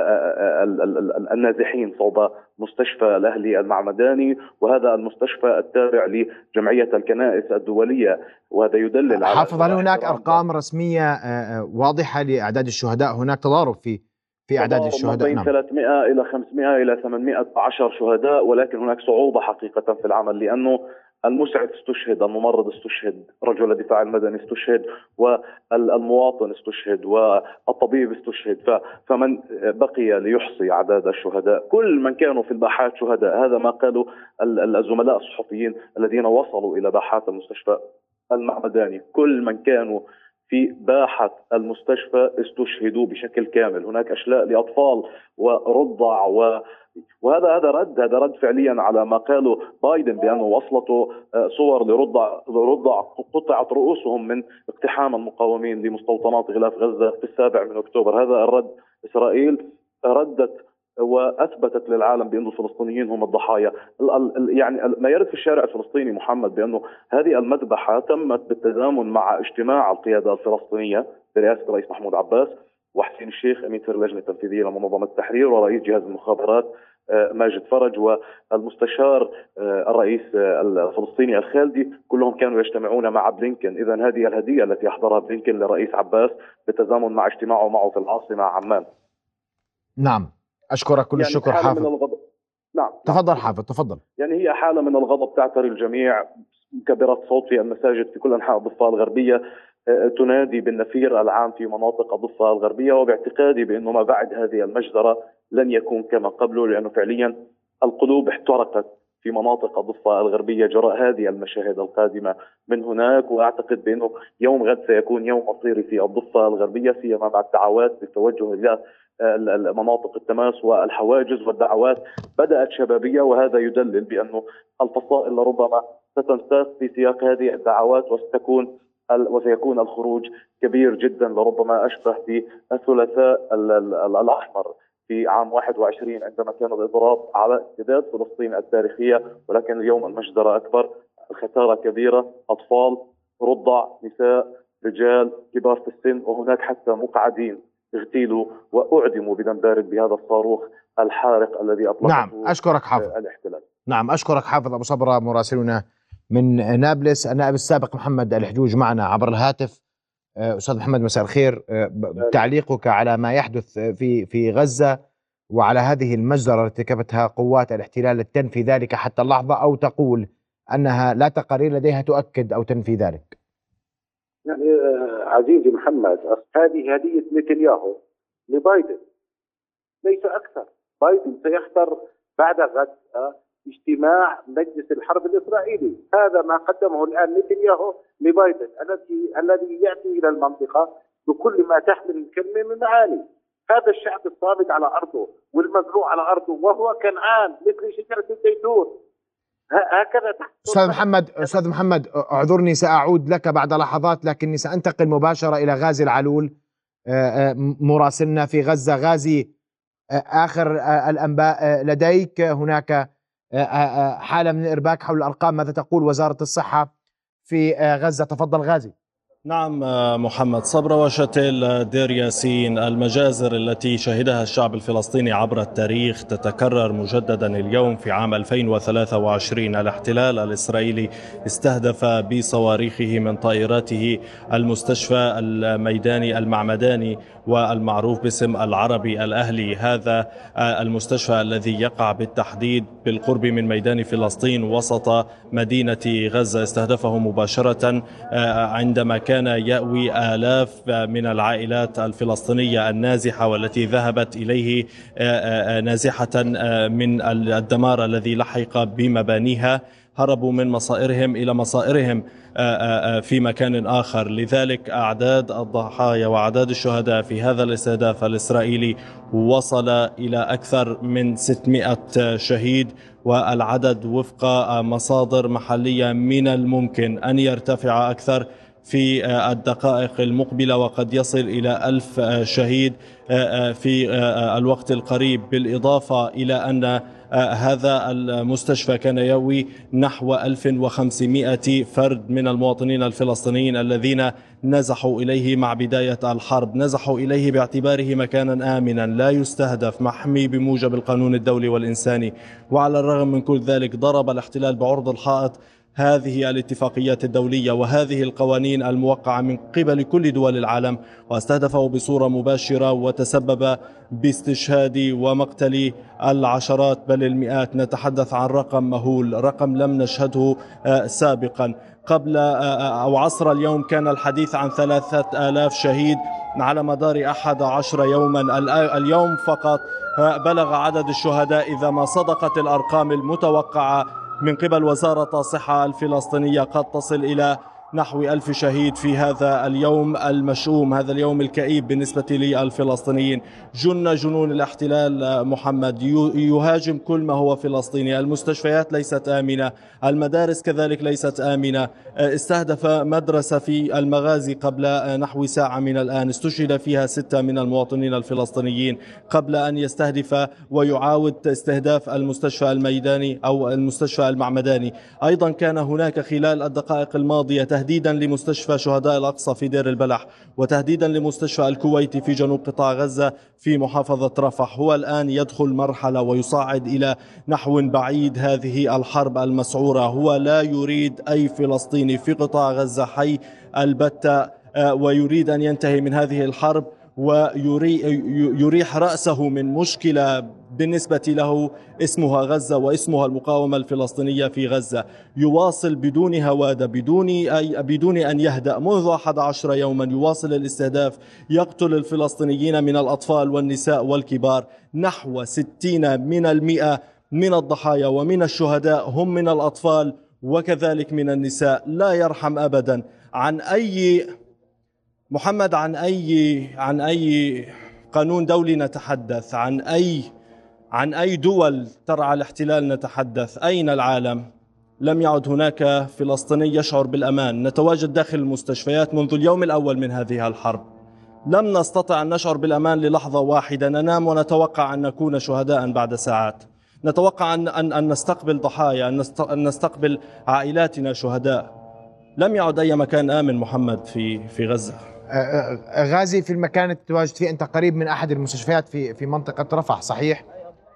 النازحين صوب مستشفى الأهلي المعمداني، وهذا المستشفى التابع لجمعية الكنائس الدولية، وهذا يدلل على حافظ، هل هناك أرقام رسمية واضحة لأعداد الشهداء؟ هناك تضارب في في أعداد الشهداء. بين نعم. ثلاثمئة إلى خمسمئة إلى ثمانمئة وعشرة شهداء، ولكن هناك صعوبة حقيقة في العمل، لأنه المسعف استشهد، الممرض استشهد، رجل الدفاع المدني استشهد، والمواطن استشهد، والطبيب استشهد، فمن بقي ليحصي أعداد الشهداء؟ كل من كانوا في الباحات شهداء، هذا ما قالوا الزملاء الصحفيين الذين وصلوا إلى باحات المستشفى المعمداني. كل من كانوا في باحة المستشفى استشهدوا بشكل كامل. هناك أشلاء لأطفال ورضع، و وهذا هذا رد هذا رد فعليا على ما قاله بايدن بأنه وصلته صور لرضع لرضع قطعت رؤوسهم من اقتحام المقاومين لمستوطنات غلاف غزة في السابع من أكتوبر. هذا الرد. إسرائيل ردت وأثبتت للعالم بأن الفلسطينيين هم الضحايا. يعني ما يرد في الشارع الفلسطيني محمد بأنه هذه المذبحة تمت بالتزامن مع اجتماع القيادة الفلسطينية برئاسة الرئيس محمود عباس وحسين الشيخ أمين سر اللجنة التنفيذية لمنظمة التحرير ورئيس جهاز المخابرات ماجد فرج والمستشار الرئيس الفلسطيني الخالدي، كلهم كانوا يجتمعون مع بلينكن. إذن هذه الهدية التي أحضرها بلينكن للرئيس عباس بالتزامن مع اجتماعه معه في العاصمة عمان. نعم، أشكرك كل يعني الشكر حالة من حافظ. الغضب. نعم تفضل حافظ، تفضل. يعني هي حالة من الغضب تعتري الجميع. مكبرات صوت في المساجد في كل أنحاء الضفة الغربية تنادي بالنفير العام في مناطق الضفة الغربية، وباعتقادي بأنه ما بعد هذه المجزرة لن يكون كما قبله، لأنه فعليا القلوب احترقت في مناطق الضفة الغربية جراء هذه المشاهد القادمة من هناك. وأعتقد بأنه يوم غد سيكون يوم مصيري في الضفة الغربية، سيما مع الدعوات بالتوجه إلى مناطق التماس والحواجز، والدعوات بدأت شبابية، وهذا يدلل بأنه الفصائل لربما ستنساق في سياق هذه الدعوات، وستكون وسيكون الخروج كبير جدا، لربما أشبه بالثلاثاء الأحمر في عام واحد وعشرين عندما كان الإضراب على امتداد فلسطين التاريخية، ولكن اليوم المجزرة أكبر، الخسارة كبيرة، أطفال، رضع، نساء، رجال، كبار في السن، وهناك حتى مقعدين اغتيلوا وأعدموا بدم بارد بهذا الصاروخ الحارق الذي أطلقه. نعم، أشكرك حافظ. الاحتلال. نعم، أشكرك حافظ أبو صبرة مراسلنا من نابلس. النائب السابق محمد الحجوج معنا عبر الهاتف. أستاذ محمد مساء الخير، تعليقك على ما يحدث في في غزة وعلى هذه المجزرة التي ارتكبتها قوات الاحتلال، تنفي ذلك حتى اللحظة أو تقول أنها لا تقارير لديها تؤكد أو تنفي ذلك؟ يعني عزيزي محمد، هذه هدية نتنياهو لبايدن ليس أكثر. بايدن سيحضر بعد غد اجتماع مجلس الحرب الإسرائيلي. هذا ما قدمه الآن نتنياهو لبايدن الذي الذي يأتي إلى المنطقة بكل ما تحمل الكلمة من معاني. هذا الشعب الصامد على أرضه والمزروع على أرضه، وهو كنعان مثل شجرة الزيتون. هكذا تحت. أستاذ محمد أستاذ محمد اعذرني، سأعود لك بعد لحظات، لكني سأنتقل مباشرة إلى غازي العلول مراسلنا في غزة. غازي، آخر الأنباء لديك. هناك حالة من الإرباك حول الأرقام، ماذا تقول وزارة الصحة في غزة؟ تفضل غازي. نعم محمد، صبرا وشتيل، دير ياسين، المجازر التي شهدها الشعب الفلسطيني عبر التاريخ تتكرر مجددا اليوم في عام ألفين وثلاثة وعشرين. الاحتلال الإسرائيلي استهدف بصواريخه من طائراته المستشفى الميداني المعمداني والمعروف باسم العربي الأهلي. هذا المستشفى الذي يقع بالتحديد بالقرب من ميدان فلسطين وسط مدينة غزة استهدفه مباشرة عندما كان كان يأوي آلاف من العائلات الفلسطينية النازحة والتي ذهبت إليه نازحة من الدمار الذي لحق بمبانيها، هربوا من مصائرهم إلى مصائرهم في مكان آخر. لذلك أعداد الضحايا وأعداد الشهداء في هذا الاستهداف الإسرائيلي وصل إلى أكثر من ستمائة شهيد، والعدد وفق مصادر محلية من الممكن أن يرتفع أكثر في الدقائق المقبلة، وقد يصل إلى ألف شهيد في الوقت القريب. بالإضافة إلى أن هذا المستشفى كان يأوي نحو ألف وخمسمائة فرد من المواطنين الفلسطينيين الذين نزحوا إليه مع بداية الحرب، نزحوا إليه باعتباره مكانا آمنا لا يستهدف، محمي بموجب القانون الدولي والإنساني. وعلى الرغم من كل ذلك ضرب الاحتلال بعرض الحائط هذه الاتفاقيات الدولية وهذه القوانين الموقعة من قبل كل دول العالم، واستهدفه بصورة مباشرة وتسبب باستشهاد ومقتل العشرات بل المئات. نتحدث عن رقم مهول، رقم لم نشهده سابقا. قبل أو عصر اليوم كان الحديث عن ثلاثة آلاف شهيد على مدار أحد عشر يوما. اليوم فقط بلغ عدد الشهداء إذا ما صدقت الأرقام المتوقعة من قبل وزارة الصحة الفلسطينية قد تصل إلى نحو ألف شهيد في هذا اليوم المشؤوم، هذا اليوم الكئيب بالنسبة للفلسطينيين. جن جنون الاحتلال محمد يهاجم كل ما هو فلسطيني. المستشفيات ليست آمنة، المدارس كذلك ليست آمنة. استهدف مدرسة في المغازي قبل نحو ساعة من الآن استشهد فيها ستة من المواطنين الفلسطينيين قبل أن يستهدف ويعاود استهداف المستشفى الميداني أو المستشفى المعمداني. أيضا كان هناك خلال الدقائق الماضية تهديدا لمستشفى شهداء الأقصى في دير البلح، وتهديدا لمستشفى الكويتي في جنوب قطاع غزة في محافظة رفح. هو الآن يدخل مرحلة ويصعد إلى نحو بعيد هذه الحرب المسعورة. هو لا يريد أي فلسطيني في قطاع غزة حي البتة، ويريد أن ينتهي من هذه الحرب ويريح رأسه من مشكلة بالنسبة له اسمها غزة واسمها المقاومة الفلسطينية في غزة. يواصل بدون هوادة، بدون أي بدون أن يهدأ منذ أحد عشر يوما، يواصل الاستهداف، يقتل الفلسطينيين من الأطفال والنساء والكبار. نحو ستين من المئة من الضحايا ومن الشهداء هم من الأطفال وكذلك من النساء. لا يرحم أبدا. عن أي محمد عن أي عن أي قانون دولي نتحدث؟ عن أي عن أي دول ترعى الاحتلال نتحدث؟ أين العالم؟ لم يعد هناك فلسطيني يشعر بالأمان. نتواجد داخل المستشفيات منذ اليوم الأول من هذه الحرب، لم نستطع أن نشعر بالأمان للحظة واحدة. ننام ونتوقع أن نكون شهداء بعد ساعات، نتوقع أن أن أن نستقبل ضحايا، أن نستقبل عائلاتنا شهداء. لم يعد أي مكان آمن محمد في في غزة. غازي، في المكان اللي تتواجد فيه أنت قريب من أحد المستشفيات في في منطقة رفح، صحيح؟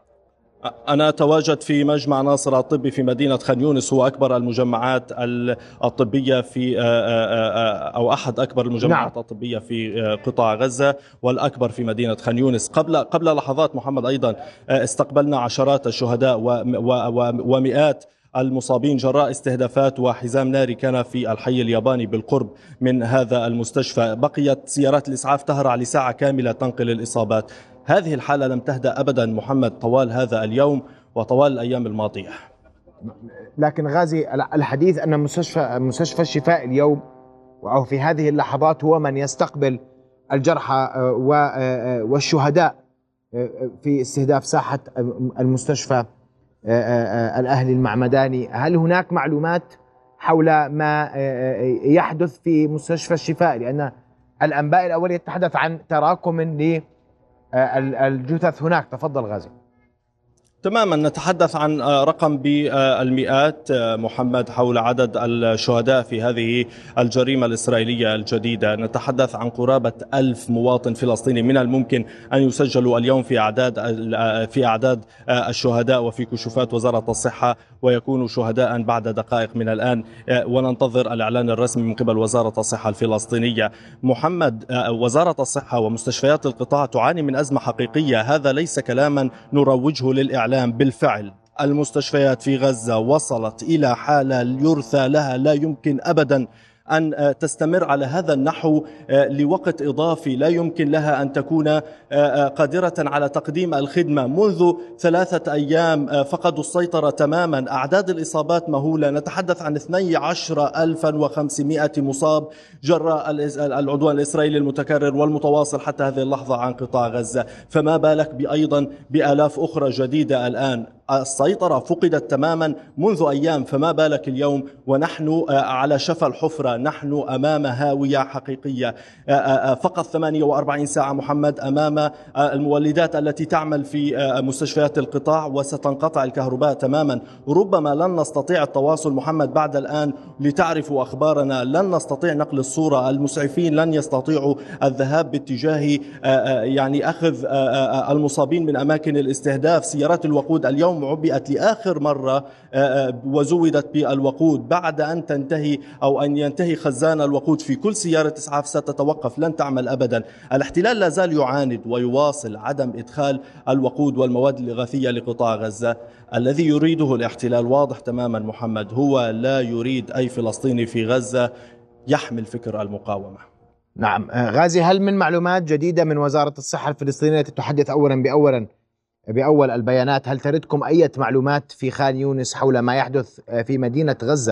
أنا أتواجد في مجمع ناصر الطبي في مدينة خان يونس، هو أكبر المجمعات الطبية في أو أحد أكبر المجمعات نعم. الطبية في قطاع غزة والأكبر في مدينة خان يونس. قبل قبل لحظات محمد أيضا استقبلنا عشرات الشهداء ومئات المصابين جراء استهدافات وحزام ناري كان في الحي الياباني بالقرب من هذا المستشفى. بقيت سيارات الإسعاف تهرع لساعة كاملة تنقل الإصابات. هذه الحالة لم تهدأ أبدا محمد طوال هذا اليوم وطوال الأيام الماضية. لكن غازي، الحديث أن مستشفى مستشفى الشفاء اليوم أو في هذه اللحظات هو من يستقبل الجرحى والشهداء في استهداف ساحة المستشفى الأهلي المعمداني. هل هناك معلومات حول ما يحدث في مستشفى الشفاء؟ لأن الأنباء الأولية تتحدث عن تراكم للجثث هناك. تفضل غازي. تماما. نتحدث عن رقم بالمئات محمد حول عدد الشهداء في هذه الجريمة الإسرائيلية الجديدة. نتحدث عن قرابة ألف مواطن فلسطيني من الممكن أن يسجلوا اليوم في أعداد في أعداد الشهداء وفي كشوفات وزارة الصحة، ويكونوا شهداء بعد دقائق من الآن، وننتظر الإعلان الرسمي من قبل وزارة الصحة الفلسطينية. محمد، وزارة الصحة ومستشفيات القطاع تعاني من أزمة حقيقية، هذا ليس كلاما نروجه للإعلام. بالفعل المستشفيات في غزة وصلت إلى حالة يرثى لها، لا يمكن أبدا أن تستمر على هذا النحو لوقت إضافي، لا يمكن لها أن تكون قادرة على تقديم الخدمة. منذ ثلاثة أيام فقدوا السيطرة تماما، أعداد الإصابات مهولة، نتحدث عن اثني عشر ألفا وخمسمائة مصاب جراء العدوان الإسرائيلي المتكرر والمتواصل حتى هذه اللحظة عن قطاع غزة، فما بالك بأيضا بآلاف أخرى جديدة الآن. السيطرة فقدت تماما منذ أيام، فما بالك اليوم ونحن على شفا الحفرة، نحن أمام هاوية حقيقية. فقط ثمانية وأربعين ساعة محمد أمام المولدات التي تعمل في مستشفيات القطاع وستنقطع الكهرباء تماما. ربما لن نستطيع التواصل محمد بعد الآن لتعرفوا أخبارنا، لن نستطيع نقل الصورة، المسعفين لن يستطيعوا الذهاب باتجاه يعني أخذ المصابين من أماكن الاستهداف. سيارات الوقود اليوم عبئت لآخر مرة وزودت بالوقود بعد أن تنتهي أو أن ينتهي خزان الوقود في كل سيارة إسعاف ستتوقف، لن تعمل أبدا. الاحتلال لا زال يعاند ويواصل عدم إدخال الوقود والمواد الإغاثية لقطاع غزة. الذي يريده الاحتلال واضح تماما محمد، هو لا يريد أي فلسطيني في غزة يحمل فكر المقاومة. نعم غازي، هل من معلومات جديدة من وزارة الصحة الفلسطينية التي تحدث أولا بأولا بأول البيانات؟ هل تردكم أي معلومات في خان يونس حول ما يحدث في مدينة غزة؟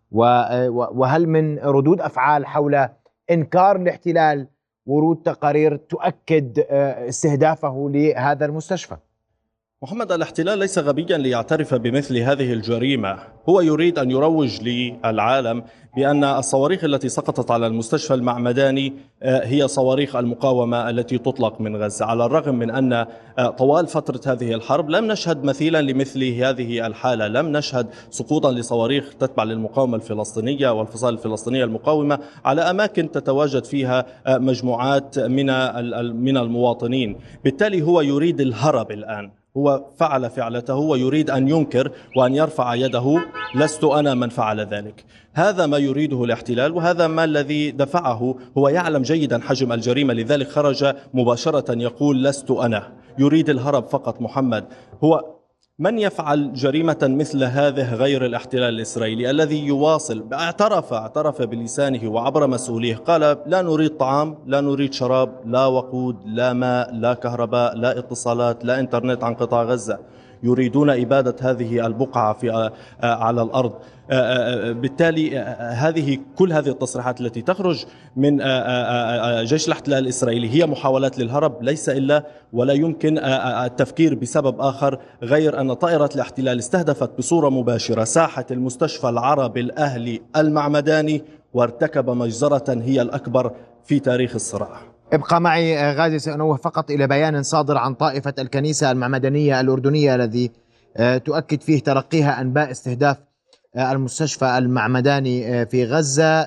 وهل من ردود أفعال حول إنكار الاحتلال ورود تقارير تؤكد استهدافه لهذا المستشفى؟ محمد، الاحتلال ليس غبيا ليعترف بمثل هذه الجريمة، هو يريد أن يروج للعالم بأن الصواريخ التي سقطت على المستشفى المعمداني هي صواريخ المقاومة التي تطلق من غزة، على الرغم من أن طوال فترة هذه الحرب لم نشهد مثيلا لمثل هذه الحالة، لم نشهد سقوطا لصواريخ تتبع للمقاومة الفلسطينية والفصائل الفلسطينية المقاومة على أماكن تتواجد فيها مجموعات من من المواطنين. بالتالي هو يريد الهرب الآن، هو فعل فعلته ويريد أن ينكر وأن يرفع يده، لست أنا من فعل ذلك. هذا ما يريده الاحتلال وهذا ما الذي دفعه، هو يعلم جيدا حجم الجريمة لذلك خرج مباشرة يقول لست أنا، يريد الهرب فقط. محمد، هو من يفعل جريمة مثل هذه غير الاحتلال الإسرائيلي الذي يواصل، اعترف اعترف بلسانه وعبر مسؤوليه، قال لا نريد طعام، لا نريد شراب، لا وقود، لا ماء، لا كهرباء، لا اتصالات، لا انترنت عن قطاع غزة. يريدون إبادة هذه البقعة في على الأرض. بالتالي هذه كل هذه التصريحات التي تخرج من جيش الاحتلال الإسرائيلي هي محاولات للهرب، ليس إلا ولا يمكن التفكير بسبب آخر غير أن طائرة الاحتلال استهدفت بصورة مباشرة ساحة المستشفى العربي الأهلي المعمداني وارتكب مجزرة هي الأكبر في تاريخ الصراع. ابقى معي غازي، سأنوه فقط إلى بيان صادر عن طائفة الكنيسة المعمدانية الأردنية الذي تؤكد فيه تلقيها أنباء استهداف المستشفى المعمداني في غزة،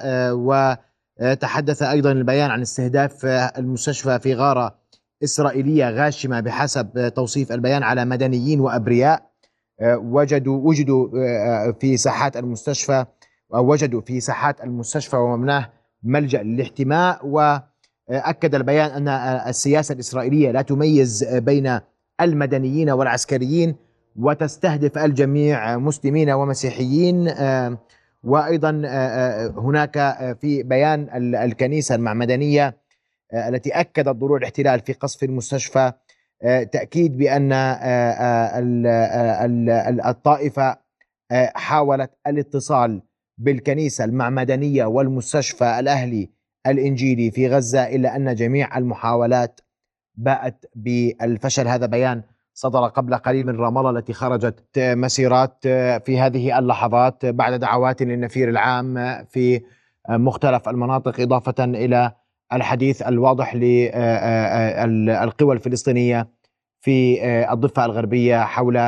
وتحدث أيضا البيان عن استهداف المستشفى في غارة إسرائيلية غاشمة بحسب توصيف البيان على مدنيين وأبرياء وجدوا وجدوا في ساحات المستشفى أو وجدوا في ساحات المستشفى ومبناه ملجأ للاحتماء. وأكد البيان أن السياسة الإسرائيلية لا تميز بين المدنيين والعسكريين وتستهدف الجميع مسلمين ومسيحيين. وأيضا هناك في بيان الكنيسة المعمدانية التي أكدت ضلوع الاحتلال في قصف المستشفى تأكيد بأن الطائفة حاولت الاتصال بالكنيسة المعمدانية والمستشفى الأهلي الإنجيلي في غزة، إلا أن جميع المحاولات باءت بالفشل. هذا بيان صدر قبل قليل من رام الله التي خرجت مسيرات في هذه اللحظات بعد دعوات للنفير العام في مختلف المناطق، إضافة إلى الحديث الواضح للقوى الفلسطينية في الضفة الغربية حول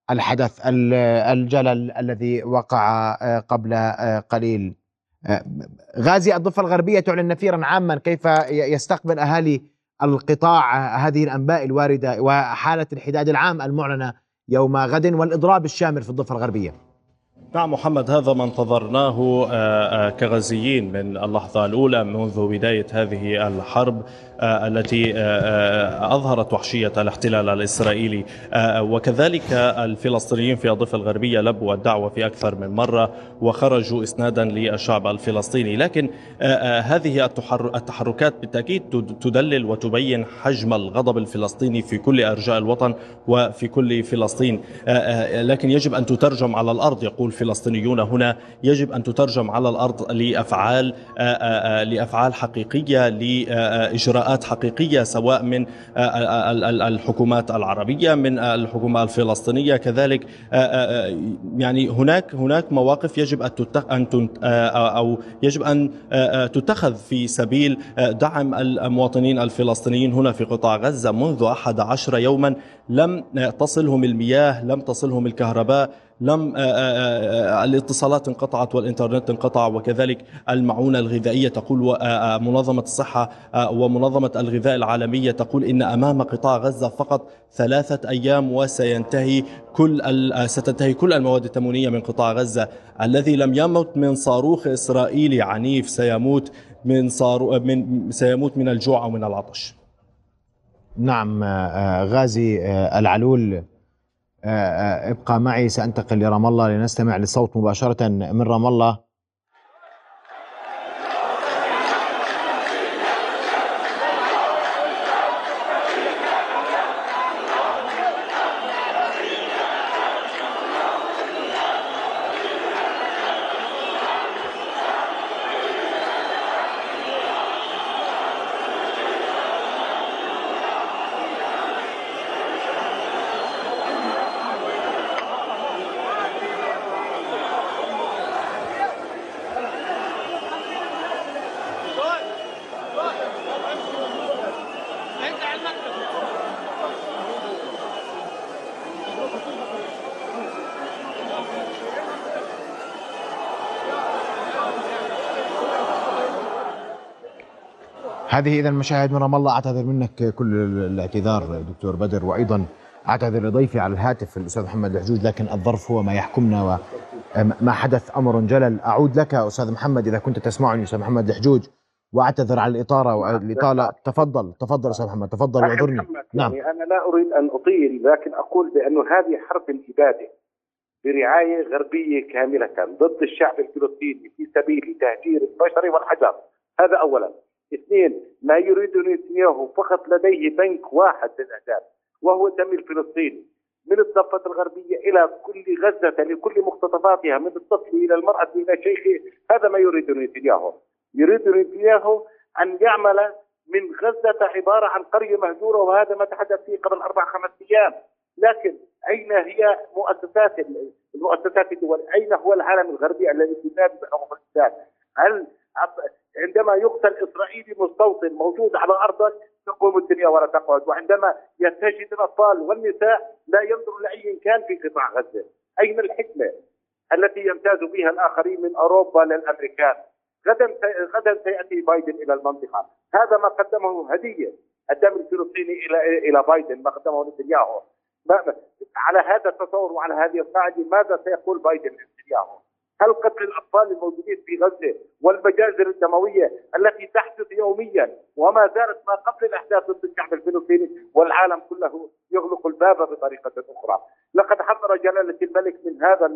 الحدث الجلل الذي وقع قبل قليل. غازي، الضفة الغربية تعلن نفيرا عاما كيف يستقبل أهالي القطاع هذه الأنباء الواردة وحالة الحداد العام المعلنة يوم غد والإضراب الشامل في الضفة الغربية. نعم محمد، هذا ما انتظرناه كغزيين من اللحظة الأولى منذ بداية هذه الحرب التي أظهرت وحشية الاحتلال الإسرائيلي، وكذلك الفلسطينيين في الضفة الغربية لبوا الدعوة في أكثر من مرة وخرجوا إسنادا للشعب الفلسطيني، لكن هذه التحركات بالتأكيد تدلل وتبين حجم الغضب الفلسطيني في كل أرجاء الوطن وفي كل فلسطين، لكن يجب أن تترجم على الأرض. يقول الفلسطينيون هنا يجب أن تترجم على الأرض لأفعال لأفعال حقيقية، لإجراءات حقيقية، سواء من الحكومات العربية من الحكومة الفلسطينية كذلك. يعني هناك هناك مواقف يجب أن أو يجب أن تتخذ في سبيل دعم المواطنين الفلسطينيين هنا في قطاع غزة. منذ أحد عشر يوما لم تصلهم المياه، لم تصلهم الكهرباء، لم الاتصالات انقطعت والإنترنت انقطع، وكذلك المعونة الغذائية. تقول منظمة الصحة ومنظمة الغذاء العالمية تقول إن أمام قطاع غزة فقط ثلاثة أيام وسينتهي كل ستنتهي كل المواد التموينية من قطاع غزة. الذي لم يمت من صاروخ إسرائيلي عنيف سيموت من صارو من سيموت من الجوع ومن العطش. نعم غازي العلول، ابقى معي، سأنتقل لرام الله لنستمع للصوت مباشرة من رام الله. هذه إذا مشاهد من رام الله. أعتذر منك كل الاعتذار دكتور بدر، وأيضا أعتذر لضيفي على الهاتف الأستاذ محمد الحجوج، لكن الظرف هو ما يحكمنا وما حدث أمر جلل. أعود لك أستاذ محمد إذا كنت تسمعني أستاذ محمد الحجوج، وأعتذر على الإطارة والإطالة. تفضل تفضل أستاذ محمد، تفضل واعذرني. نعم، يعني أنا لا أريد أن أطيل، لكن أقول بأن هذه حرب الإبادة برعاية غربية كاملة ضد الشعب الفلسطيني في سبيل تهجير البشر والحجر. هذا أولا. اثنين، ما يريد نتنياهو فقط لديه بنك واحد للأهداف، وهو الدم الفلسطيني من الضفة الغربية إلى كل غزة لكل مقتطفاتها، من الطفل إلى المرأة إلى الشيخ. هذا ما يريد نتنياهو. يريد نتنياهو أن يعمل من غزة عبارة عن قرية مهجورة، وهذا ما تحدث فيه قبل أربع خمس أيام. لكن أين هي مؤسسات المؤسسات الدول؟ أين هو العالم الغربي الذي ينادي بحقوق الإنسان؟ هل عندما يقتل إسرائيلي مستوطن موجود على أرضك تقوم الدنيا ولا تقعد، وعندما يستشهد الأطفال والنساء لا ينظر لأي كان في قطاع غزة؟ أين الحكمة التي يمتاز بها الآخرين من أوروبا للأمريكان؟ غدا غدا سيأتي بايدن إلى المنطقة. هذا ما قدمه هدية الدم الفلسطيني إلى إلى بايدن، ما قدمه نتنياهو. على هذا التصور وعلى هذه القاعدة ماذا سيقول بايدن لنتنياهو؟ هل قتل الأطفال الموجودين في غزة والمجازر الدموية التي تحدث يوميا وما زالت ما قبل الأحداث ضد الشعب الفلسطيني والعالم كله يغلق الباب بطريقة أخرى؟ لقد حذر جلالة الملك من هذا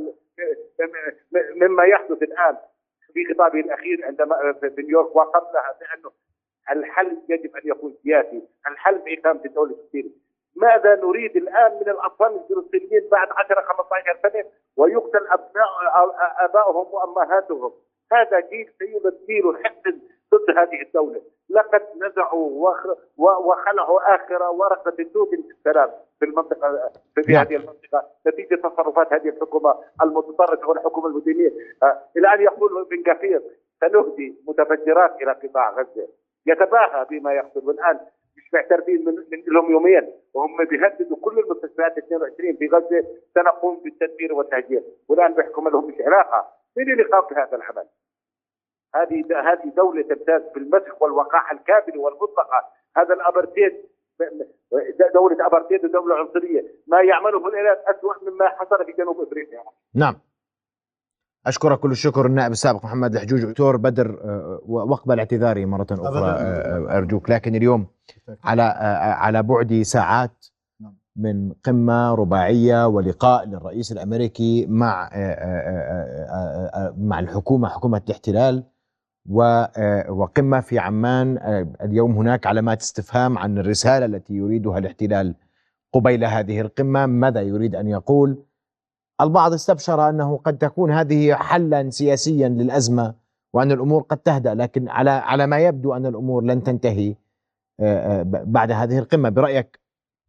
مما يحدث الآن في خطابه الأخير عندما في نيويورك وقبلها، بأنه الحل يجب أن يكون سياسي، الحل بإقامة الدولة الفلسطينية. ماذا نريد الآن من الأطفال الفلسطينيين بعد عشرة خمسة عشر سنة ويقتل أبناء آبائهم وأمهاتهم؟ هذا جيل سيولد جيل حقد ضد هذه الدولة. لقد نزعوا وخلعوا آخر ورقة التوت السلام في المنطقة في هذه المنطقة نتيجة تصرفات هذه الحكومة المتطرفة والحكومة المدنية. الآن يقول بن غفير سنهدي متفجرات إلى قطاع غزة، يتباهى بما يحصل. والآن معترفين من, من لهم يومين وهم بيهددوا كل المستشفيات اثنين وعشرين في غزه سنقوم بالتدمير والتهجير، والان بيحكم لهم مش علاقه. مين اللي قام بهذا العمل؟ هذه هذه دوله تمتاز بالمسخ والوقاحه الكامله والمطلقه. هذا الابرتيد دولة أبرتيد ودولة عنصرية، ما يعمله الإيران أسوأ مما حصل في جنوب أفريقيا. نعم، أشكرك كل الشكر النائب السابق محمد الحجوج. دكتور بدر، واقبل اعتذاري مرة أخرى أرجوك، لكن اليوم على على بعد ساعات من قمة رباعية ولقاء للرئيس الأمريكي مع مع الحكومة، حكومة الاحتلال، وقمة في عمان. اليوم هناك علامات استفهام عن الرسالة التي يريدها الاحتلال قبيل هذه القمة. ماذا يريد أن يقول؟ البعض استبشر أنه قد تكون هذه حلا سياسيا للأزمة وأن الأمور قد تهدأ، لكن على على ما يبدو أن الأمور لن تنتهي بعد هذه القمة. برأيك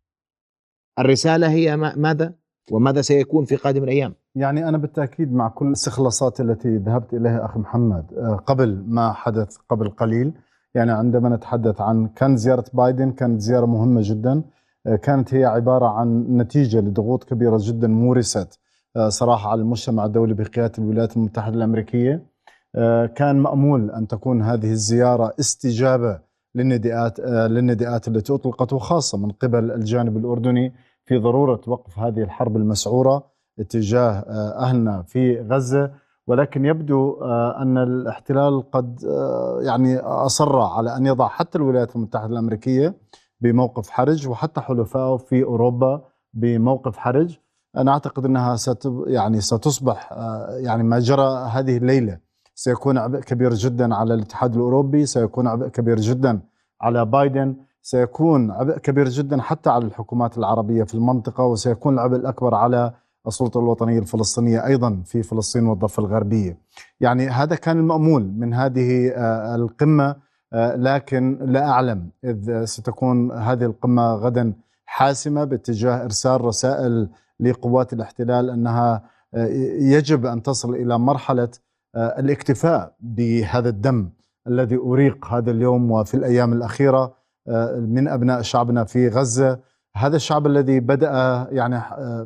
الرسالة هي ماذا؟ وماذا سيكون في قادم الأيام؟ يعني أنا بالتأكيد مع كل الاستخلاصات التي ذهبت إليها أخي محمد قبل ما حدث قبل قليل، يعني عندما نتحدث عن كان زيارة بايدن كانت زيارة مهمة جدا، كانت هي عبارة عن نتيجة لضغوط كبيرة جدا مورست صراحة على المجتمع الدولي بقيادة الولايات المتحدة الأمريكية. كان مأمول أن تكون هذه الزيارة استجابة للنداءات للنداءات التي أطلقت، وخاصة من قبل الجانب الأردني في ضرورة وقف هذه الحرب المسعورة اتجاه أهلنا في غزة. ولكن يبدو أن الاحتلال قد يعني أصر على أن يضع حتى الولايات المتحدة الأمريكية بموقف حرج، وحتى حلفائه في أوروبا بموقف حرج. أنا أعتقد أنها ست يعني ستصبح يعني ما جرى هذه الليلة سيكون عبء كبير جدا على الاتحاد الأوروبي، سيكون عبء كبير جدا على بايدن، سيكون عبء كبير جدا حتى على الحكومات العربية في المنطقة، وسيكون العبء الأكبر على السلطة الوطنية الفلسطينية أيضا في فلسطين والضفة الغربية. يعني هذا كان المأمول من هذه القمة، لكن لا أعلم إذ ستكون هذه القمة غدا حاسمة باتجاه إرسال رسائل لقوات الاحتلال أنها يجب أن تصل إلى مرحلة الاكتفاء بهذا الدم الذي أريق هذا اليوم وفي الأيام الأخيرة من أبناء شعبنا في غزة. هذا الشعب الذي بدأ يعني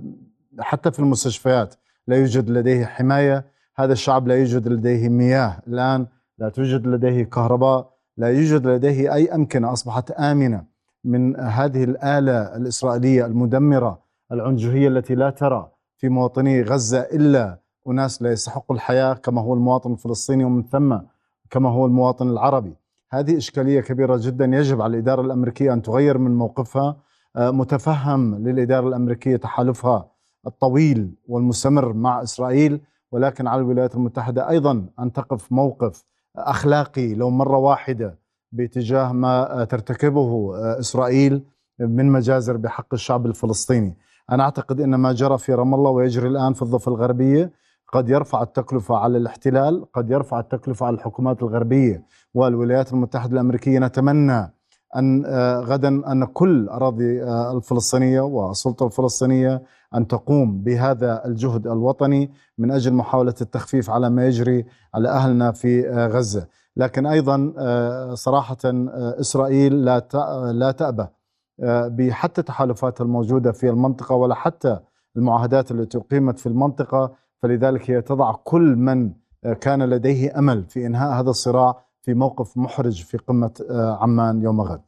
حتى في المستشفيات لا يوجد لديه حماية، هذا الشعب لا يوجد لديه مياه الآن، لا توجد لديه كهرباء، لا يوجد لديه أي أمكنة أصبحت آمنة من هذه الآلة الإسرائيلية المدمرة العنجهية التي لا ترى في مواطني غزة إلا أناس لا يستحقوا الحياة كما هو المواطن الفلسطيني ومن ثم كما هو المواطن العربي. هذه إشكالية كبيرة جدا يجب على الإدارة الأمريكية أن تغير من موقفها. متفهم للإدارة الأمريكية تحالفها الطويل والمستمر مع إسرائيل، ولكن على الولايات المتحدة أيضا أن تقف موقف أخلاقي لو مرة واحدة باتجاه ما ترتكبه إسرائيل من مجازر بحق الشعب الفلسطيني. أنا أعتقد أن ما جرى في رام الله ويجري الآن في الضفة الغربية قد يرفع التكلفة على الاحتلال، قد يرفع التكلفة على الحكومات الغربية والولايات المتحدة الأمريكية. نتمنى أن غدا أن كل أراضي الفلسطينية والسلطة الفلسطينية أن تقوم بهذا الجهد الوطني من أجل محاولة التخفيف على ما يجري على أهلنا في غزة. لكن أيضا صراحة إسرائيل لا لا تأبى بحتى تحالفاتها الموجودة في المنطقة ولا حتى المعاهدات التي أقيمت في المنطقة، فلذلك هي تضع كل من كان لديه أمل في إنهاء هذا الصراع في موقف محرج في قمة عمان يوم غد.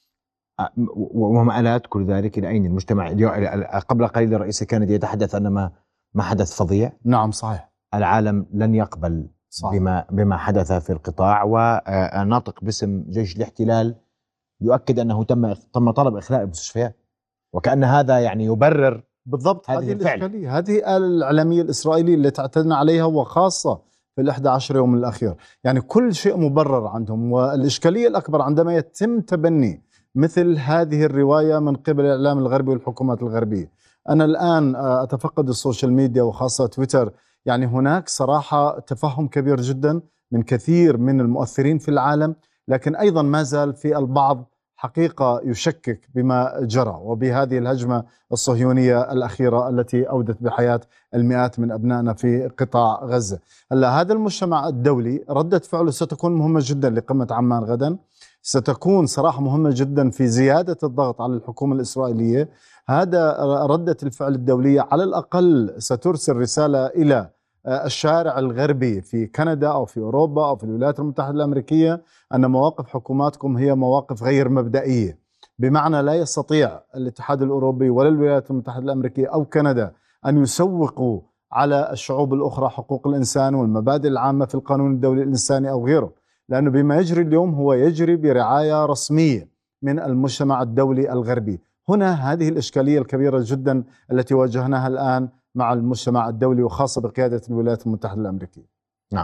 ومآلات كل ذلك إلى أين؟ المجتمع قبل قليل الرئيس كندي يتحدث أن ما ما حدث فظيع. نعم صحيح. العالم لن يقبل صحيح. بما بما حدث في القطاع، وناطق باسم جيش الاحتلال يؤكد أنه تم تم طلب إخلاء المستشفيات، وكأن هذا يعني يبرر بالضبط هذه الإشكالية. هذه الآلة الإعلامية الإسرائيلية اللي اعتدنا عليها، وخاصة في الأحد عشر يوم الأخير، يعني كل شيء مبرر عندهم. والإشكالية الأكبر عندما يتم تبني مثل هذه الرواية من قبل الإعلام الغربي والحكومات الغربية. أنا الآن أتفقد السوشيال ميديا وخاصة تويتر، يعني هناك صراحة تفهم كبير جدا من كثير من المؤثرين في العالم، لكن أيضا ما زال في البعض حقيقة يشكك بما جرى وبهذه الهجمة الصهيونية الأخيرة التي أودت بحياة المئات من أبنائنا في قطاع غزة. هلا هذا المجتمع الدولي ردة فعله ستكون مهمة جدا لقمة عمان غدا. ستكون صراحة مهمة جدا في زيادة الضغط على الحكومة الإسرائيلية. هذا ردة الفعل الدولية على الأقل سترسل رسالة إلى الشارع الغربي في كندا أو في أوروبا أو في الولايات المتحدة الأمريكية أن مواقف حكوماتكم هي مواقف غير مبدئية، بمعنى لا يستطيع الاتحاد الأوروبي ولا الولايات المتحدة الأمريكية أو كندا أن يسوقوا على الشعوب الأخرى حقوق الإنسان والمبادئ العامة في القانون الدولي الإنساني أو غيره، لأنه بما يجري اليوم هو يجري برعاية رسمية من المجتمع الدولي الغربي. هنا هذه الإشكالية الكبيرة جدا التي واجهناها الآن مع المجتمع الدولي وخاصة بقيادة الولايات المتحدة الأمريكية. نعم،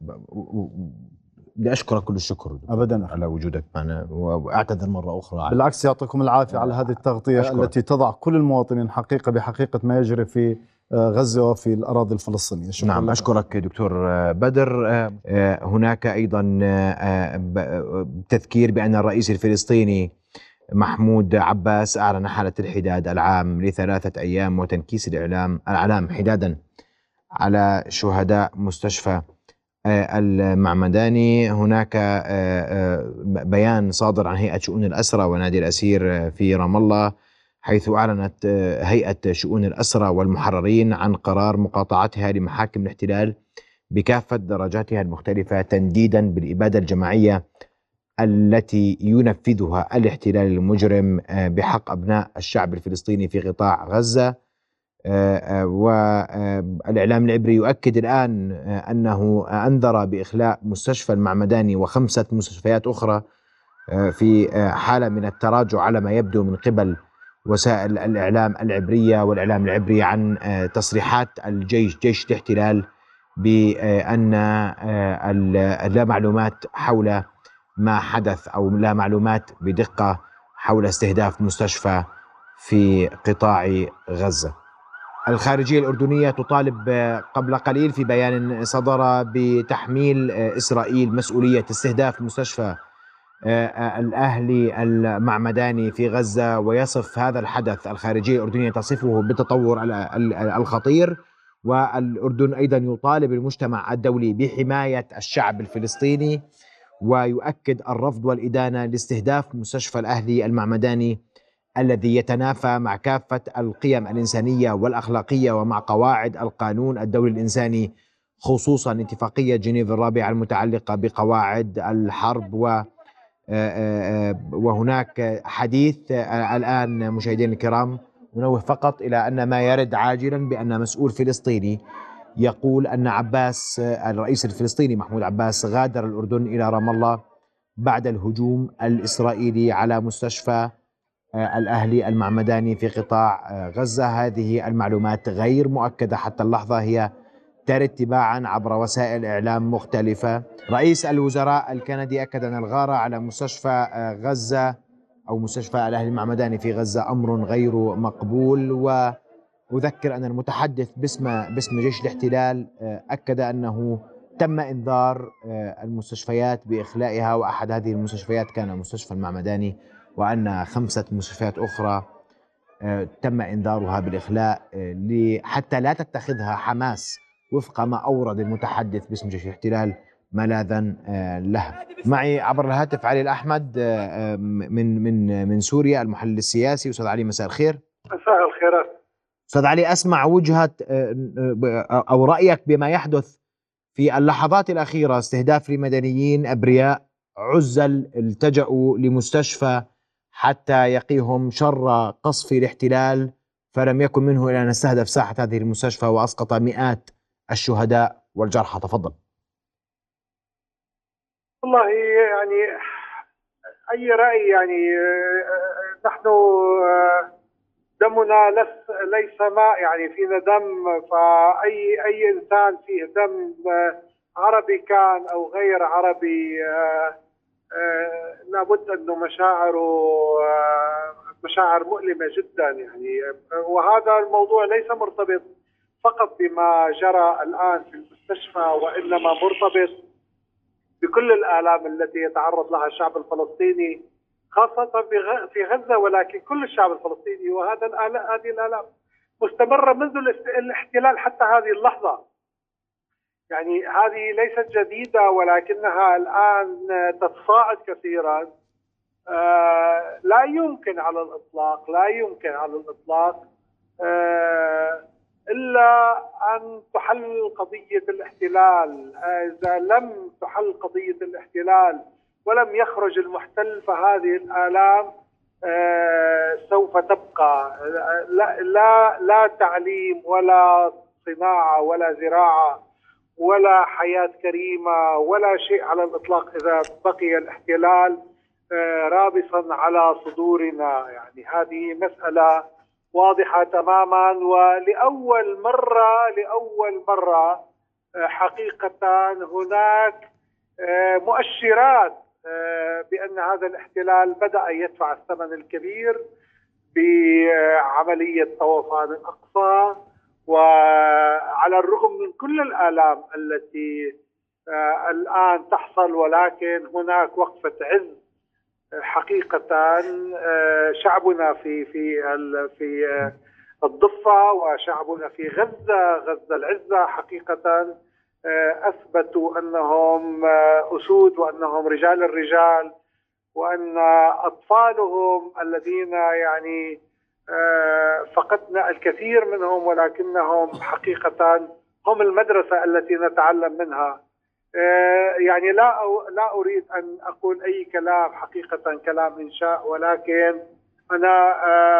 بدي أشكرك كل الشكر أبدا على وجودك معنا، وأعتذر مرة أخرى. بالعكس، يعطيكم العافية على هذه التغطية أشكرك. التي تضع كل المواطنين حقيقة بحقيقة ما يجري في غزة وفي الأراضي الفلسطينية. شكرا. نعم، أشكرك دكتور بدر. هناك أيضا تذكير بأن الرئيس الفلسطيني محمود عباس أعلن حالة الحداد العام لثلاثة أيام وتنكيس الإعلام الأعلام حدادا على شهداء مستشفى المعمداني. هناك بيان صادر عن هيئة شؤون الأسرى ونادي الأسير في رام الله، حيث أعلنت هيئة شؤون الأسرى والمحررين عن قرار مقاطعتها لمحاكم الاحتلال بكافة درجاتها المختلفة تنديدا بالإبادة الجماعية التي ينفذها الاحتلال المجرم بحق أبناء الشعب الفلسطيني في قطاع غزة. والإعلام العبري يؤكد الآن أنه أنذر بإخلاء مستشفى المعمداني وخمسة مستشفيات أخرى في حالة من التراجع على ما يبدو من قبل وسائل الإعلام العبرية والإعلام العبري عن تصريحات الجيش جيش الاحتلال بأن لا معلومات حول ما حدث أو لا معلومات بدقة حول استهداف مستشفى في قطاع غزة. الخارجية الأردنية تطالب قبل قليل في بيان صدر بتحميل إسرائيل مسؤولية استهداف مستشفى الأهلي المعمداني في غزة، ويصف هذا الحدث الخارجية الأردنية تصفه بالتطور الخطير. والأردن أيضا يطالب المجتمع الدولي بحماية الشعب الفلسطيني، ويؤكد الرفض والإدانة لاستهداف مستشفى الأهلي المعمداني الذي يتنافى مع كافة القيم الإنسانية والأخلاقية ومع قواعد القانون الدولي الإنساني، خصوصا اتفاقية جنيف الرابعة المتعلقة بقواعد الحرب. و وهناك حديث الآن مشاهدينا الكرام، ننوه فقط إلى أن ما يرد عاجلا بأن مسؤول فلسطيني يقول أن عباس الرئيس الفلسطيني محمود عباس غادر الأردن إلى رام الله بعد الهجوم الإسرائيلي على مستشفى الأهلي المعمداني في قطاع غزة. هذه المعلومات غير مؤكدة حتى اللحظة، هي ترد تباعا عبر وسائل إعلام مختلفة. رئيس الوزراء الكندي أكد أن الغارة على مستشفى غزة أو مستشفى الأهلي المعمداني في غزة أمر غير مقبول. وأذكر أن المتحدث باسم باسم جيش الاحتلال أكد أنه تم إنذار المستشفيات بإخلائها، وأحد هذه المستشفيات كان مستشفى المعمداني، وأن خمسة مستشفيات أخرى تم إنذارها بالإخلاء حتى لا تتخذها حماس وفق ما أورد المتحدث باسم جيش الاحتلال ملاذا لها. معي عبر الهاتف علي الأحمد من من من سوريا، المحلل السياسي. أستاذ علي، مساء الخير. مساء الخيرات. أستاذ علي، أسمع وجهة أو رأيك بما يحدث في اللحظات الأخيرة، استهداف لمدنيين أبرياء عزل التجأوا لمستشفى حتى يقيهم شر قصف الاحتلال، فلم يكن منه إلا أن استهدف ساحة هذه المستشفى وأسقط مئات الشهداء والجرحى. تفضل. والله يعني أي رأي، يعني نحن دمنا ليس ماء، يعني فينا دم، فأي أي إنسان فيه دم عربي كان أو غير عربي لابد أنه مشاعره مشاعر مؤلمة جدا يعني. وهذا الموضوع ليس مرتبط فقط بما جرى الآن في المستشفى، وإنما مرتبط بكل الآلام التي يتعرض لها الشعب الفلسطيني، خاصة في غزة، ولكن كل الشعب الفلسطيني. وهذا هذه الآلام مستمرة منذ الاحتلال حتى هذه اللحظة. يعني هذه ليست جديدة، ولكنها الآن تتصاعد كثيرا. آه لا يمكن على الإطلاق لا يمكن على الإطلاق آه إلا أن تحل قضية الاحتلال. إذا لم تحل قضية الاحتلال ولم يخرج المحتل فهذه الآلام آه سوف تبقى. لا, لا, لا تعليم ولا صناعة ولا زراعة ولا حياة كريمة ولا شيء على الإطلاق إذا بقي الاحتلال آه رابصا على صدورنا. يعني هذه مسألة واضحة تماما، ولأول مرة لأول مرة حقيقة هناك مؤشرات بأن هذا الاحتلال بدأ يدفع الثمن الكبير بعملية طوفان الأقصى، وعلى الرغم من كل الآلام التي الآن تحصل ولكن هناك وقفة عز حقيقة. شعبنا في في في الضفة وشعبنا في غزة غزة العزة حقيقة أثبتوا أنهم أسود وأنهم رجال الرجال، وأن أطفالهم الذين يعني فقدنا الكثير منهم ولكنهم حقيقة هم المدرسة التي نتعلم منها. يعني لا لا أريد أن أقول أي كلام حقيقة كلام إنشاء، ولكن أنا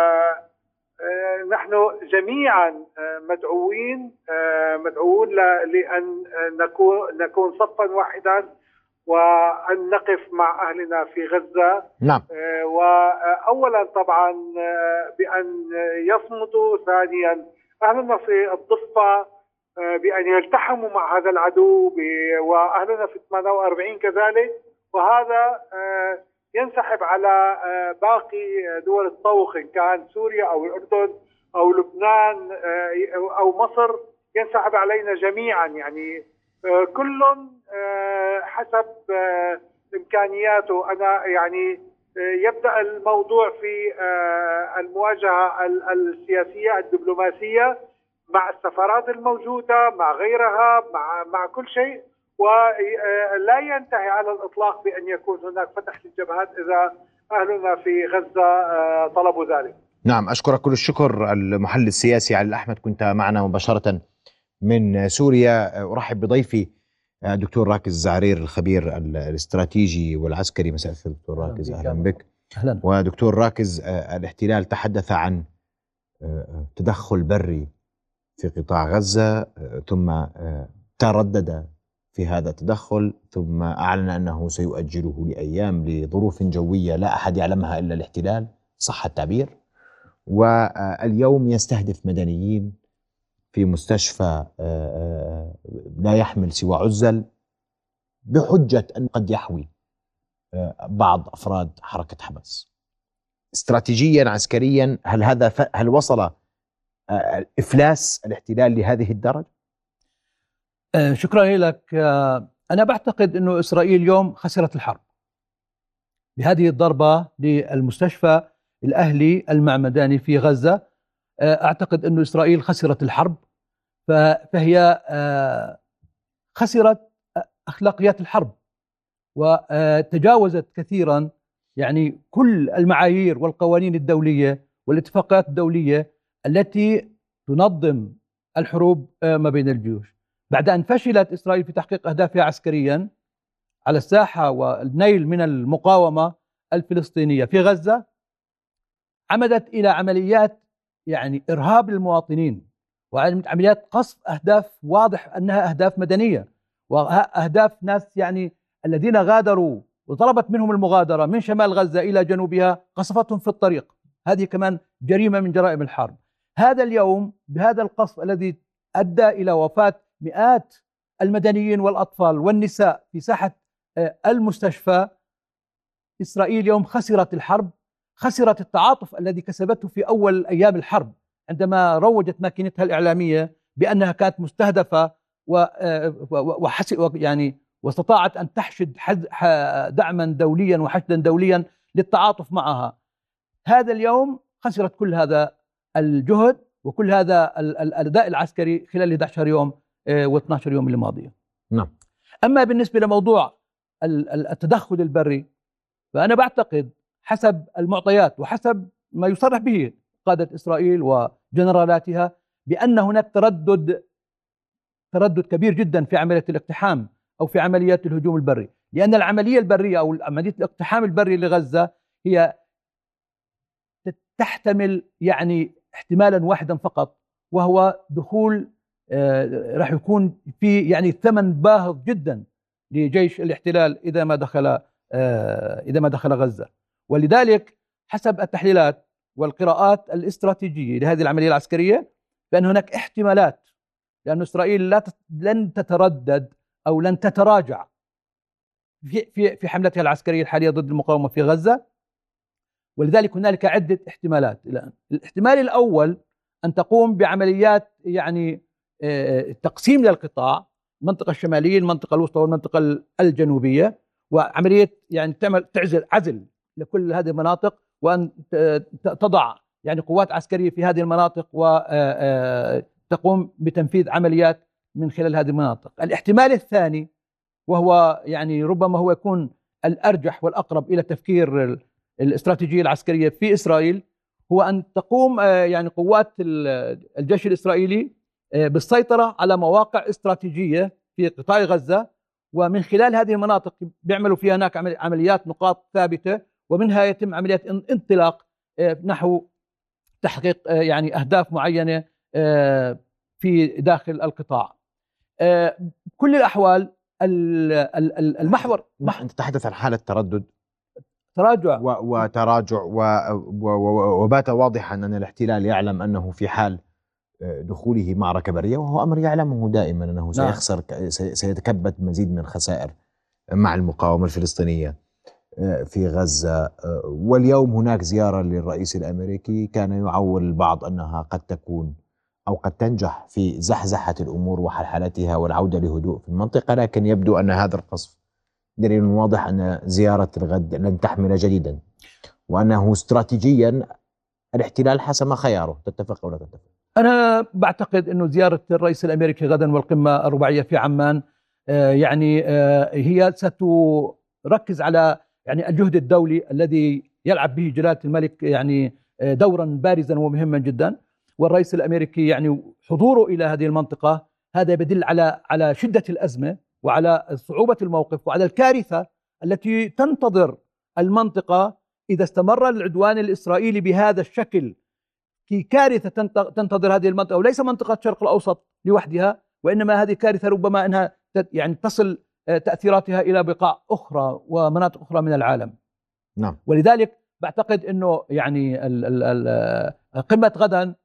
نحن جميعا مدعوين مدعوون لأن نكون نكون صفا واحدا وأن نقف مع أهلنا في غزة. نعم. وأولا طبعا بأن يصمدوا، ثانيا أهلنا في الضفة بأن يلتحموا مع هذا العدو، وأهلنا في ثمانية وأربعين كذلك، وهذا ينسحب على باقي دول الطوق إن كان سوريا أو الأردن أو لبنان أو مصر، ينسحب علينا جميعا. يعني كل حسب إمكانياته. أنا يعني يبدأ الموضوع في المواجهة السياسية الدبلوماسية مع السفارات الموجودة مع غيرها مع مع كل شيء، ولا ينتهي على الإطلاق بأن يكون هناك فتح للجبهات إذا أهلنا في غزة طلبوا ذلك. نعم، أشكرك كل الشكر المحلل السياسي علي الأحمد، كنت معنا مباشرة من سوريا. أرحب بضيفي دكتور راكز زعرير الخبير الاستراتيجي والعسكري. مساء الخير دكتور راكز، أهلا بك. أهلا. ودكتور راكز، الاحتلال تحدث عن تدخل بري في قطاع غزة، ثم تردد في هذا التدخل، ثم أعلن أنه سيؤجله لأيام لظروف جوية لا أحد يعلمها إلا الاحتلال، صح التعبير. واليوم يستهدف مدنيين في مستشفى لا يحمل سوى عزل بحجة أن قد يحوي بعض أفراد حركة حماس. استراتيجيا عسكريا هل هذا ف... هل وصل إفلاس الاحتلال لهذه الدرجة؟ شكرا لك. أنا بعتقد أنه إسرائيل اليوم خسرت الحرب بهذه الضربة للمستشفى الأهلي المعمداني في غزة. أعتقد أنه إسرائيل خسرت الحرب، فهي خسرت أخلاقيات الحرب وتجاوزت كثيرا يعني كل المعايير والقوانين الدولية والاتفاقات الدولية التي تنظم الحروب ما بين الجيوش. بعد أن فشلت إسرائيل في تحقيق أهدافها عسكريا على الساحة والنيل من المقاومة الفلسطينية في غزة، عمدت إلى عمليات يعني إرهاب للمواطنين وعمليات قصف أهداف واضح أنها أهداف مدنية وأهداف ناس يعني الذين غادروا وطلبت منهم المغادرة من شمال غزة إلى جنوبها، قصفتهم في الطريق. هذه كمان جريمة من جرائم الحرب. هذا اليوم بهذا القصف الذي أدى إلى وفاة مئات المدنيين والأطفال والنساء في ساحة المستشفى، إسرائيل اليوم خسرت الحرب، خسرت التعاطف الذي كسبته في أول أيام الحرب عندما روجت ماكينتها الإعلامية بأنها كانت مستهدفة وحسب يعني واستطاعت أن تحشد دعما دوليا وحشدا دوليا للتعاطف معها. هذا اليوم خسرت كل هذا الجهد وكل هذا الأداء العسكري خلال أحد عشر يوم واثني عشر يوم الماضية. نعم. أما بالنسبة لموضوع التدخل البري، فأنا بعتقد حسب المعطيات وحسب ما يصرح به قادة إسرائيل وجنرالاتها بأن هناك تردد تردد كبير جدا في عملية الاقتحام أو في عمليات الهجوم البري، لأن العملية البرية أو عملية الاقتحام البري لغزة هي تحتمل يعني احتمالا واحدا فقط، وهو دخول آه راح يكون في يعني ثمن باهظ جدا لجيش الاحتلال إذا ما دخل آه إذا ما دخل غزة. ولذلك حسب التحليلات والقراءات الاستراتيجية لهذه العملية العسكرية بأن هناك احتمالات، لأن إسرائيل لا لن تتردد أو لن تتراجع في في في حملتها العسكرية الحالية ضد المقاومة في غزة. ولذلك هنالك عدة احتمالات الآن. الاحتمال الأول أن تقوم بعمليات يعني تقسيم للقطاع، المنطقة الشمالية، المنطقة الوسطى والمنطقة الجنوبية، وعملية يعني تعمل تعزل عزل لكل هذه المناطق، وأن تضع يعني قوات عسكرية في هذه المناطق وتقوم بتنفيذ عمليات من خلال هذه المناطق. الاحتمال الثاني وهو يعني ربما هو يكون الأرجح والأقرب إلى تفكير الاستراتيجية العسكرية في إسرائيل، هو أن تقوم يعني قوات الجيش الإسرائيلي بالسيطرة على مواقع استراتيجية في قطاع غزة، ومن خلال هذه المناطق بيعملوا فيها هناك عمليات نقاط ثابتة، ومنها يتم عمليات انطلاق نحو تحقيق يعني أهداف معينة في داخل القطاع. بكل الأحوال المحور أنت تتحدث عن حالة تردد تراجع وتراجع وبات واضحا أن الاحتلال يعلم أنه في حال دخوله معركة برية، وهو أمر يعلمه دائما أنه سيخسر سيتكبد مزيد من الخسائر مع المقاومة الفلسطينية في غزة. واليوم هناك زيارة للرئيس الأمريكي كان يعول البعض أنها قد تكون أو قد تنجح في زحزحة الأمور وحلحلتها والعودة لهدوء في المنطقة، لكن يبدو أن هذا القصف دليل واضح أن زيارة الغد لن تحمل جديدا، وأنه استراتيجيا الاحتلال حسم خياره. تتفق أو لا تتفق؟ أنا بعتقد أنه زيارة الرئيس الأمريكي غدا والقمة الرباعية في عمان آه يعني آه هي ستركز على يعني الجهد الدولي الذي يلعب به جلالة الملك يعني آه دورا بارزا ومهما جدا، والرئيس الأمريكي يعني حضوره إلى هذه المنطقة هذا يدل على على شدة الأزمة وعلى صعوبة الموقف وعلى الكارثة التي تنتظر المنطقة إذا استمر العدوان الإسرائيلي بهذا الشكل. في كارثة تنتظر هذه المنطقة، وليس منطقة الشرق الأوسط لوحدها، وإنما هذه كارثة ربما أنها يعني تصل تأثيراتها إلى بقاع أخرى ومناطق أخرى من العالم. نعم. ولذلك بعتقد أنه يعني قمة غدا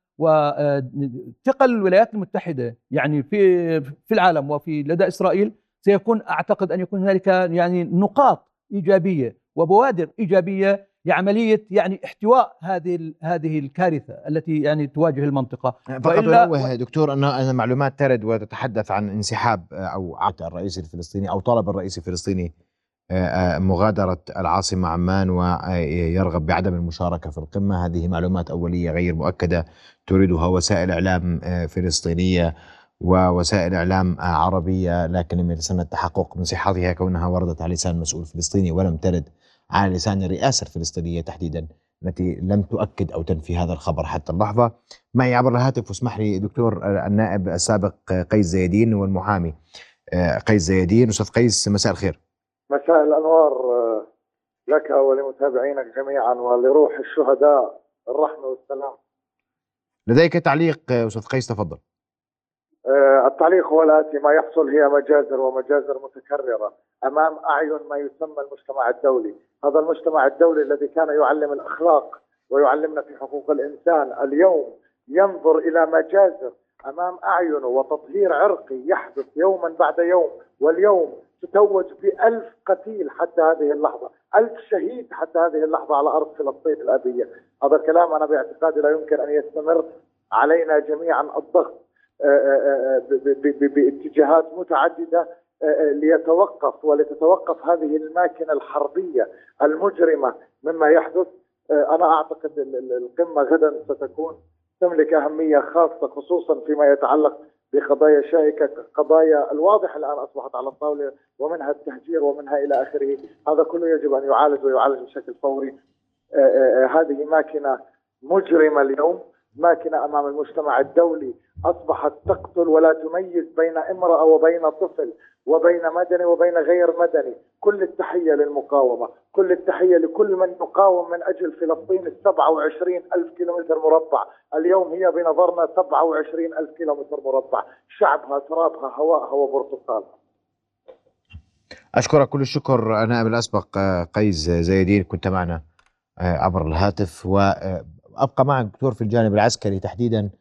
وثقل الولايات المتحدة يعني في في العالم وفي لدى إسرائيل سيكون أعتقد أن يكون هنالك يعني نقاط إيجابية وبوادر إيجابية لعملية يعني احتواء هذه هذه الكارثة التي يعني تواجه المنطقة. فقط أنوه دكتور أن المعلومات ترد وتتحدث عن انسحاب أو عودة الرئيس الفلسطيني أو طلب الرئيس الفلسطيني مغادرة العاصمة عمان ويرغب بعدم المشاركة في القمة. هذه معلومات أولية غير مؤكدة تريدها وسائل إعلام فلسطينية ووسائل إعلام عربية، لكن لم يتم التحقق من صحتها كونها وردت على لسان مسؤول فلسطيني ولم ترد على لسان الرئاسة الفلسطينية تحديدا التي لم تؤكد أو تنفي هذا الخبر حتى اللحظة. معي عبر الهاتف واسمح لي دكتور النائب السابق قيس زيدين والمحامي قيس زيدين. أستاذ قيس مساء الخير. مساء الأنوار لك ولمتابعينك جميعا ولروح الشهداء الرحمة والسلام. لديك تعليق أستاذ قيس، تفضل. التعليق هو الآتي: ما يحصل هي مجازر ومجازر متكررة أمام أعين ما يسمى المجتمع الدولي. هذا المجتمع الدولي الذي كان يعلم الأخلاق ويعلمنا في حقوق الإنسان اليوم ينظر إلى مجازر أمام أعينه وتطهير عرقي يحدث يوما بعد يوم، واليوم تتوج بألف قتيل حتى هذه اللحظة، ألف شهيد حتى هذه اللحظة على أرض فلسطين الأبية. هذا الكلام أنا باعتقادي لا يمكن أن يستمر. علينا جميعا الضغط باتجاهات متعددة ليتوقف ولتتوقف هذه الماكينة الحربية المجرمة مما يحدث. أنا أعتقد القمة غدا ستكون تملك أهمية خاصة خصوصا فيما يتعلق بقضايا شائكة، قضايا الواضح الآن أصبحت على الطاولة ومنها التهجير ومنها إلى آخره. هذا كله يجب أن يعالج ويعالج بشكل فوري. هذه ماكينة مجرمة اليوم، ماكينة أمام المجتمع الدولي أصبحت تقتل ولا تميز بين امرأة وبين طفل وبين مدني وبين غير مدني. كل التحية للمقاومة، كل التحية لكل من يقاوم من أجل فلسطين السبعة وعشرين ألف كيلومتر مربع. اليوم هي بنظرنا سبعة وعشرين ألف كيلومتر مربع، شعبها ترابها هواءها وبرتقالها. أشكرك كل الشكر نائب الأسبق قيس زيدين، كنت معنا عبر الهاتف. وأبقى معك دكتور في الجانب العسكري تحديدا،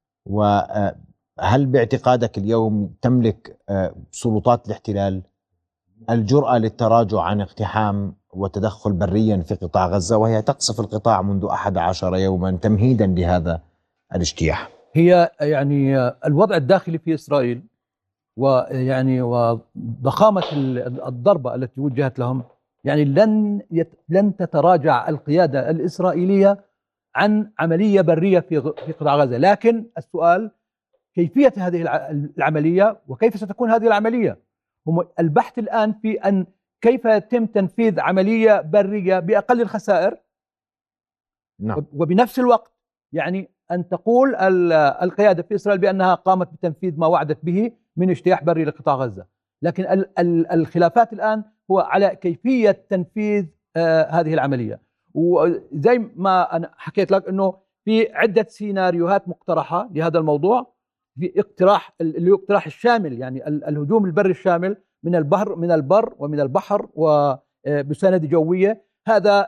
وهل باعتقادك اليوم تملك سلطات الاحتلال الجرأة للتراجع عن اقتحام وتدخل بريا في قطاع غزة، وهي تقصف القطاع منذ أحد عشر يوما تمهيدا لهذا الاجتياح؟ هي يعني الوضع الداخلي في إسرائيل ويعني وضخامة الضربة التي وجهت لهم، يعني لن يت لن تتراجع القيادة الإسرائيلية عن عملية برية في في قطاع غزة. لكن السؤال كيفية هذه العملية وكيف ستكون هذه العملية. هم البحث الآن في أن كيف يتم تنفيذ عملية برية بأقل الخسائر، نعم. وبنفس الوقت يعني أن تقول القيادة في إسرائيل بأنها قامت بتنفيذ ما وعدت به من اجتياح بري لقطاع غزة. لكن ال ال الخلافات الآن هو على كيفية تنفيذ آه هذه العملية. وزي ما أنا حكيت لك أنه في عدة سيناريوهات مقترحة لهذا الموضوع، في اقتراح اللي هو اقتراح الشامل، يعني الهجوم البري الشامل من البحر من البر ومن البحر وبساند جوية، هذا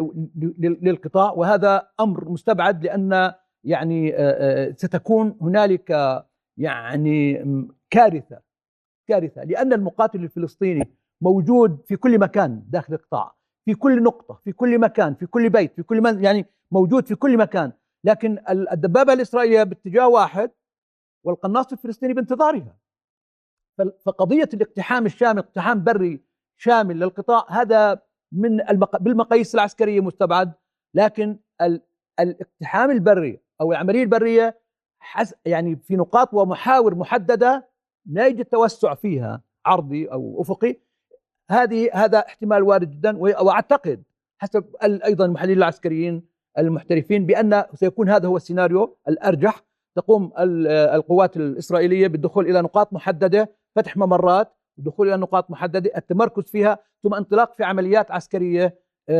للقطاع، وهذا أمر مستبعد لأن يعني ستكون هنالك يعني كارثة كارثة لأن المقاتل الفلسطيني موجود في كل مكان داخل القطاع، في كل نقطة، في كل مكان، في كل بيت، في كل من يعني موجود في كل مكان. لكن الدبابة الإسرائيلية باتجاه واحد والقناص الفلسطيني بانتظارها. فقضية الاقتحام الشامل، اقتحام بري شامل للقطاع، هذا من المق... بالمقاييس العسكرية مستبعد. لكن ال... الاقتحام البري أو العملية البرية حس... يعني في نقاط ومحاور محددة لا يوجد توسع فيها عرضي أو أفقي، هذه هذا احتمال وارد جدا. وأعتقد حسب أيضا المحللين العسكريين المحترفين بأن سيكون هذا هو السيناريو الأرجح. تقوم القوات الإسرائيلية بالدخول إلى نقاط محددة، فتح ممرات، الدخول إلى نقاط محددة، التمركز فيها، ثم انطلاق في عمليات عسكرية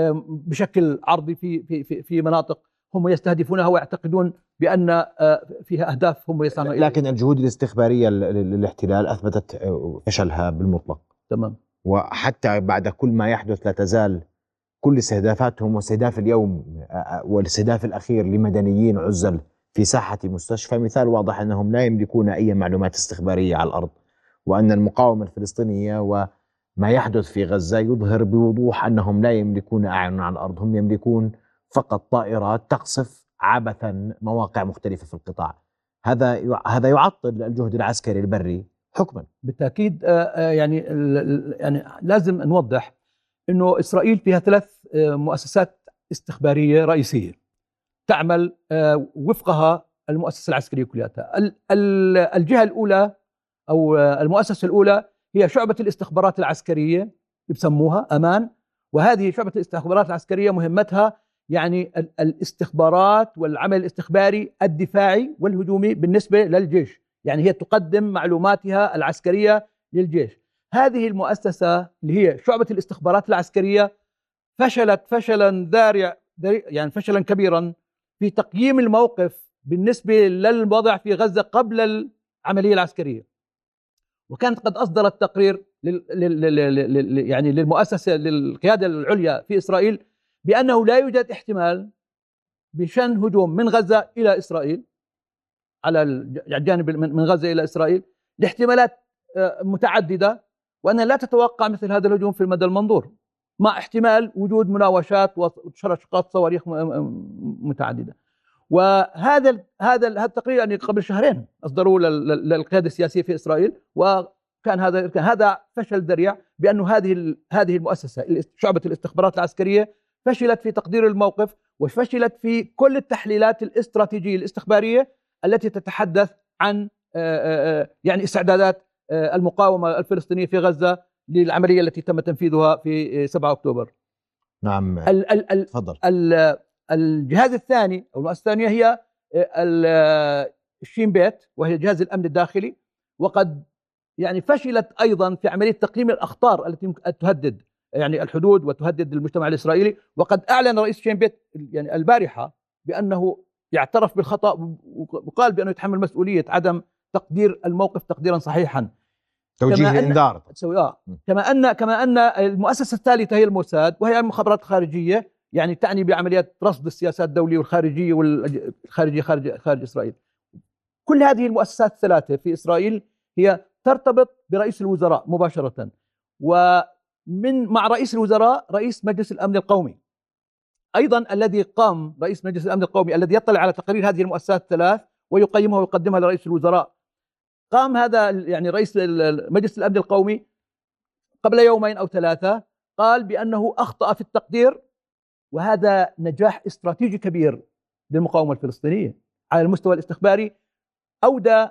بشكل عرضي في في في مناطق هم يستهدفونها ويعتقدون بأن فيها أهداف هم يسعون إليها. لكن الجهود الاستخبارية للاحتلال أثبتت فشلها بالمطلق. تمام. وحتى بعد كل ما يحدث لا تزال كل استهدافاتهم، واستهداف اليوم والاستهداف الأخير لمدنيين عزل في ساحة مستشفى مثال واضح أنهم لا يملكون أي معلومات استخبارية على الأرض، وأن المقاومة الفلسطينية وما يحدث في غزة يظهر بوضوح أنهم لا يملكون أعين على الأرض، هم يملكون فقط طائرات تقصف عبثا مواقع مختلفة في القطاع. هذا هذا يعطل الجهد العسكري البري حكما. بالتأكيد. يعني يعني لازم نوضح أنه إسرائيل فيها ثلاث مؤسسات استخبارية رئيسية تعمل وفقها المؤسسة العسكرية كلياتها. الجهة الأولى أو المؤسسة الأولى هي شعبة الاستخبارات العسكرية بسموها أمان، وهذه شعبة الاستخبارات العسكرية مهمتها يعني الاستخبارات والعمل الاستخباري الدفاعي والهجومي بالنسبة للجيش، يعني هي تقدم معلوماتها العسكرية للجيش. هذه المؤسسة اللي هي شعبة الاستخبارات العسكرية فشلت فشلا ذارع يعني فشلا كبيرا في تقييم الموقف بالنسبة للوضع في غزة قبل العملية العسكرية، وكانت قد أصدرت تقرير لل لل يعني للمؤسسة للقيادة العليا في إسرائيل بأنه لا يوجد احتمال بشن هجوم من غزة إلى إسرائيل على الجانب من غزة إلى إسرائيل لاحتمالات متعددة، وأنها لا تتوقع مثل هذا الهجوم في المدى المنظور مع احتمال وجود مناوشات وشرشقات صواريخ متعددة. وهذا هذا هذا التقرير يعني قبل شهرين أصدروه للقيادة السياسية في إسرائيل، وكان هذا كان هذا فشل ذريع بأنه هذه هذه المؤسسة شعبة الاستخبارات العسكرية فشلت في تقدير الموقف، وفشلت في كل التحليلات الاستراتيجية الاستخبارية التي تتحدث عن يعني استعدادات المقاومة الفلسطينية في غزة للعملية التي تم تنفيذها في سبعة أكتوبر. نعم ال ال ال تفضل. ال الجهاز الثاني أو المؤسسة الثانية هي الشين بيت، وهي جهاز الأمن الداخلي، وقد يعني فشلت أيضا في عملية تقييم الأخطار التي تهدد يعني الحدود وتهدد المجتمع الإسرائيلي. وقد أعلن رئيس شين بيت يعني البارحة بأنه يعترف بالخطأ وقال بأنه يتحمل مسؤولية عدم تقدير الموقف تقديرا صحيحا، توجيه الإنذار. كما أن كما أن المؤسسة الثالثة هي الموساد، وهي المخابرات الخارجية، يعني تعني بعمليات رصد السياسات الدولية والخارجية والخارجية خارج خارج إسرائيل. كل هذه المؤسسات الثلاثة في إسرائيل هي ترتبط برئيس الوزراء مباشرة، ومن مع رئيس الوزراء رئيس مجلس الأمن القومي أيضا، الذي قام رئيس مجلس الأمن القومي الذي يطلع على تقارير هذه المؤسسات الثلاث ويقيمها ويقدمها لرئيس الوزراء. قام هذا يعني رئيس مجلس الأمن القومي قبل يومين أو ثلاثة قال بأنه أخطأ في التقدير، وهذا نجاح استراتيجي كبير للمقاومة الفلسطينية على المستوى الاستخباري. أودى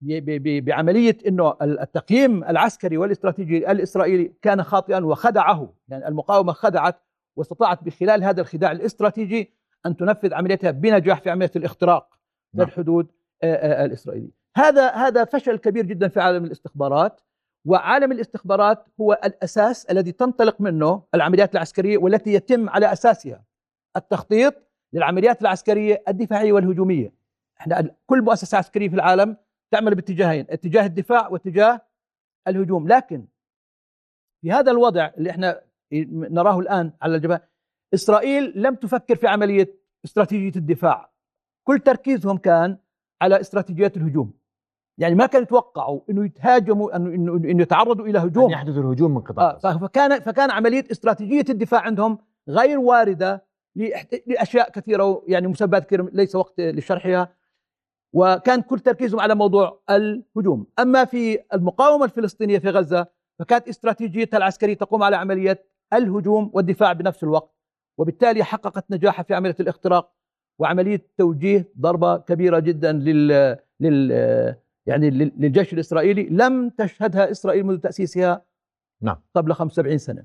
بعملية أنه التقييم العسكري والاستراتيجي الإسرائيلي كان خاطئا وخدعه، يعني المقاومة خدعت واستطاعت بخلال هذا الخداع الاستراتيجي أن تنفذ عمليتها بنجاح في عملية الاختراق للحدود الإسرائيلية. هذا هذا فشل كبير جدا في عالم الاستخبارات، وعالم الاستخبارات هو الأساس الذي تنطلق منه العمليات العسكرية، والتي يتم على أساسها التخطيط للعمليات العسكرية الدفاعية والهجومية. احنا كل مؤسسة عسكرية في العالم تعمل باتجاهين، اتجاه الدفاع واتجاه الهجوم، لكن في هذا الوضع اللي احنا نراه الآن على الجبهة، إسرائيل لم تفكر في عملية استراتيجية الدفاع، كل تركيزهم كان على استراتيجيات الهجوم. يعني ما كانوا يتوقعوا انه يتهاجموا، انه انه, إنه يتعرضوا الى هجوم، أن يحدث الهجوم من قطاع آه فكان فكان عمليه استراتيجيه الدفاع عندهم غير وارده لاشياء كثيره، يعني مسببات كثيره ليس وقت لشرحها، وكان كل تركيزهم على موضوع الهجوم. اما في المقاومه الفلسطينيه في غزه فكانت استراتيجيتها العسكريه تقوم على عمليه الهجوم والدفاع بنفس الوقت، وبالتالي حققت نجاحها في عمليه الاختراق وعمليه توجيه ضربه كبيره جدا لل لل يعني للجيش الإسرائيلي لم تشهدها إسرائيل منذ تأسيسها نعم قبل خمسة وسبعين سنة،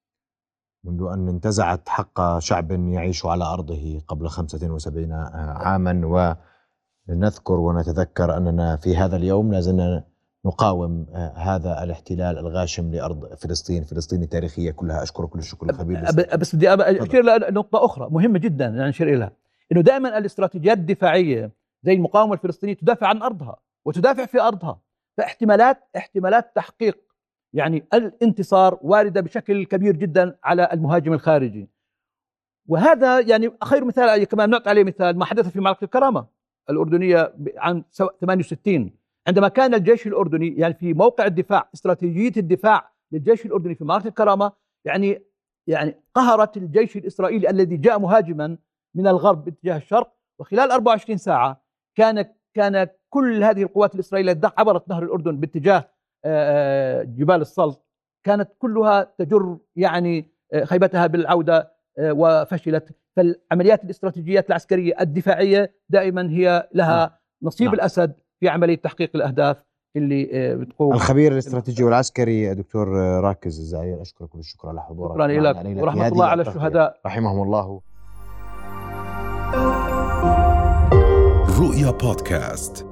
منذ أن انتزعت حق شعب يعيش على أرضه قبل خمسة وسبعين عاما. ونذكر ونتذكر أننا في هذا اليوم لازلنا نقاوم هذا الاحتلال الغاشم لأرض فلسطين. فلسطين التاريخية كلها أشكر كل الشكر الخبير. بس بدي أشير لنقطة أخرى مهمة جدا يعني نشير إليها، إنه دائما الاستراتيجيات الدفاعية زي المقاومة الفلسطينية تدافع عن أرضها وتدافع في أرضها، فاحتمالات احتمالات تحقيق يعني الانتصار واردة بشكل كبير جدا على المهاجم الخارجي. وهذا يعني خير مثال كما نعطي عليه مثال ما حدث في معركة الكرامة الأردنية عام ثمانية وستين، عندما كان الجيش الأردني يعني في موقع الدفاع، استراتيجية الدفاع للجيش الأردني في معركة الكرامة يعني يعني قهرت الجيش الإسرائيلي الذي جاء مهاجما من الغرب باتجاه الشرق، وخلال أربعة وعشرين ساعة كان كان كل هذه القوات الإسرائيلية التي عبرت نهر الأردن باتجاه جبال السلط كانت كلها تجر يعني خيبتها بالعودة وفشلت. فالعمليات الاستراتيجيات العسكرية الدفاعية دائما هي لها نصيب نعم. الأسد في عملية تحقيق الأهداف اللي بتقوم. الخبير الاستراتيجي والعسكري دكتور راكز الزعير، أشكرك كل الشكر على حضورك. شكرا لك ورحمة الله على الشهداء رحمهم الله. رؤيا بودكاست.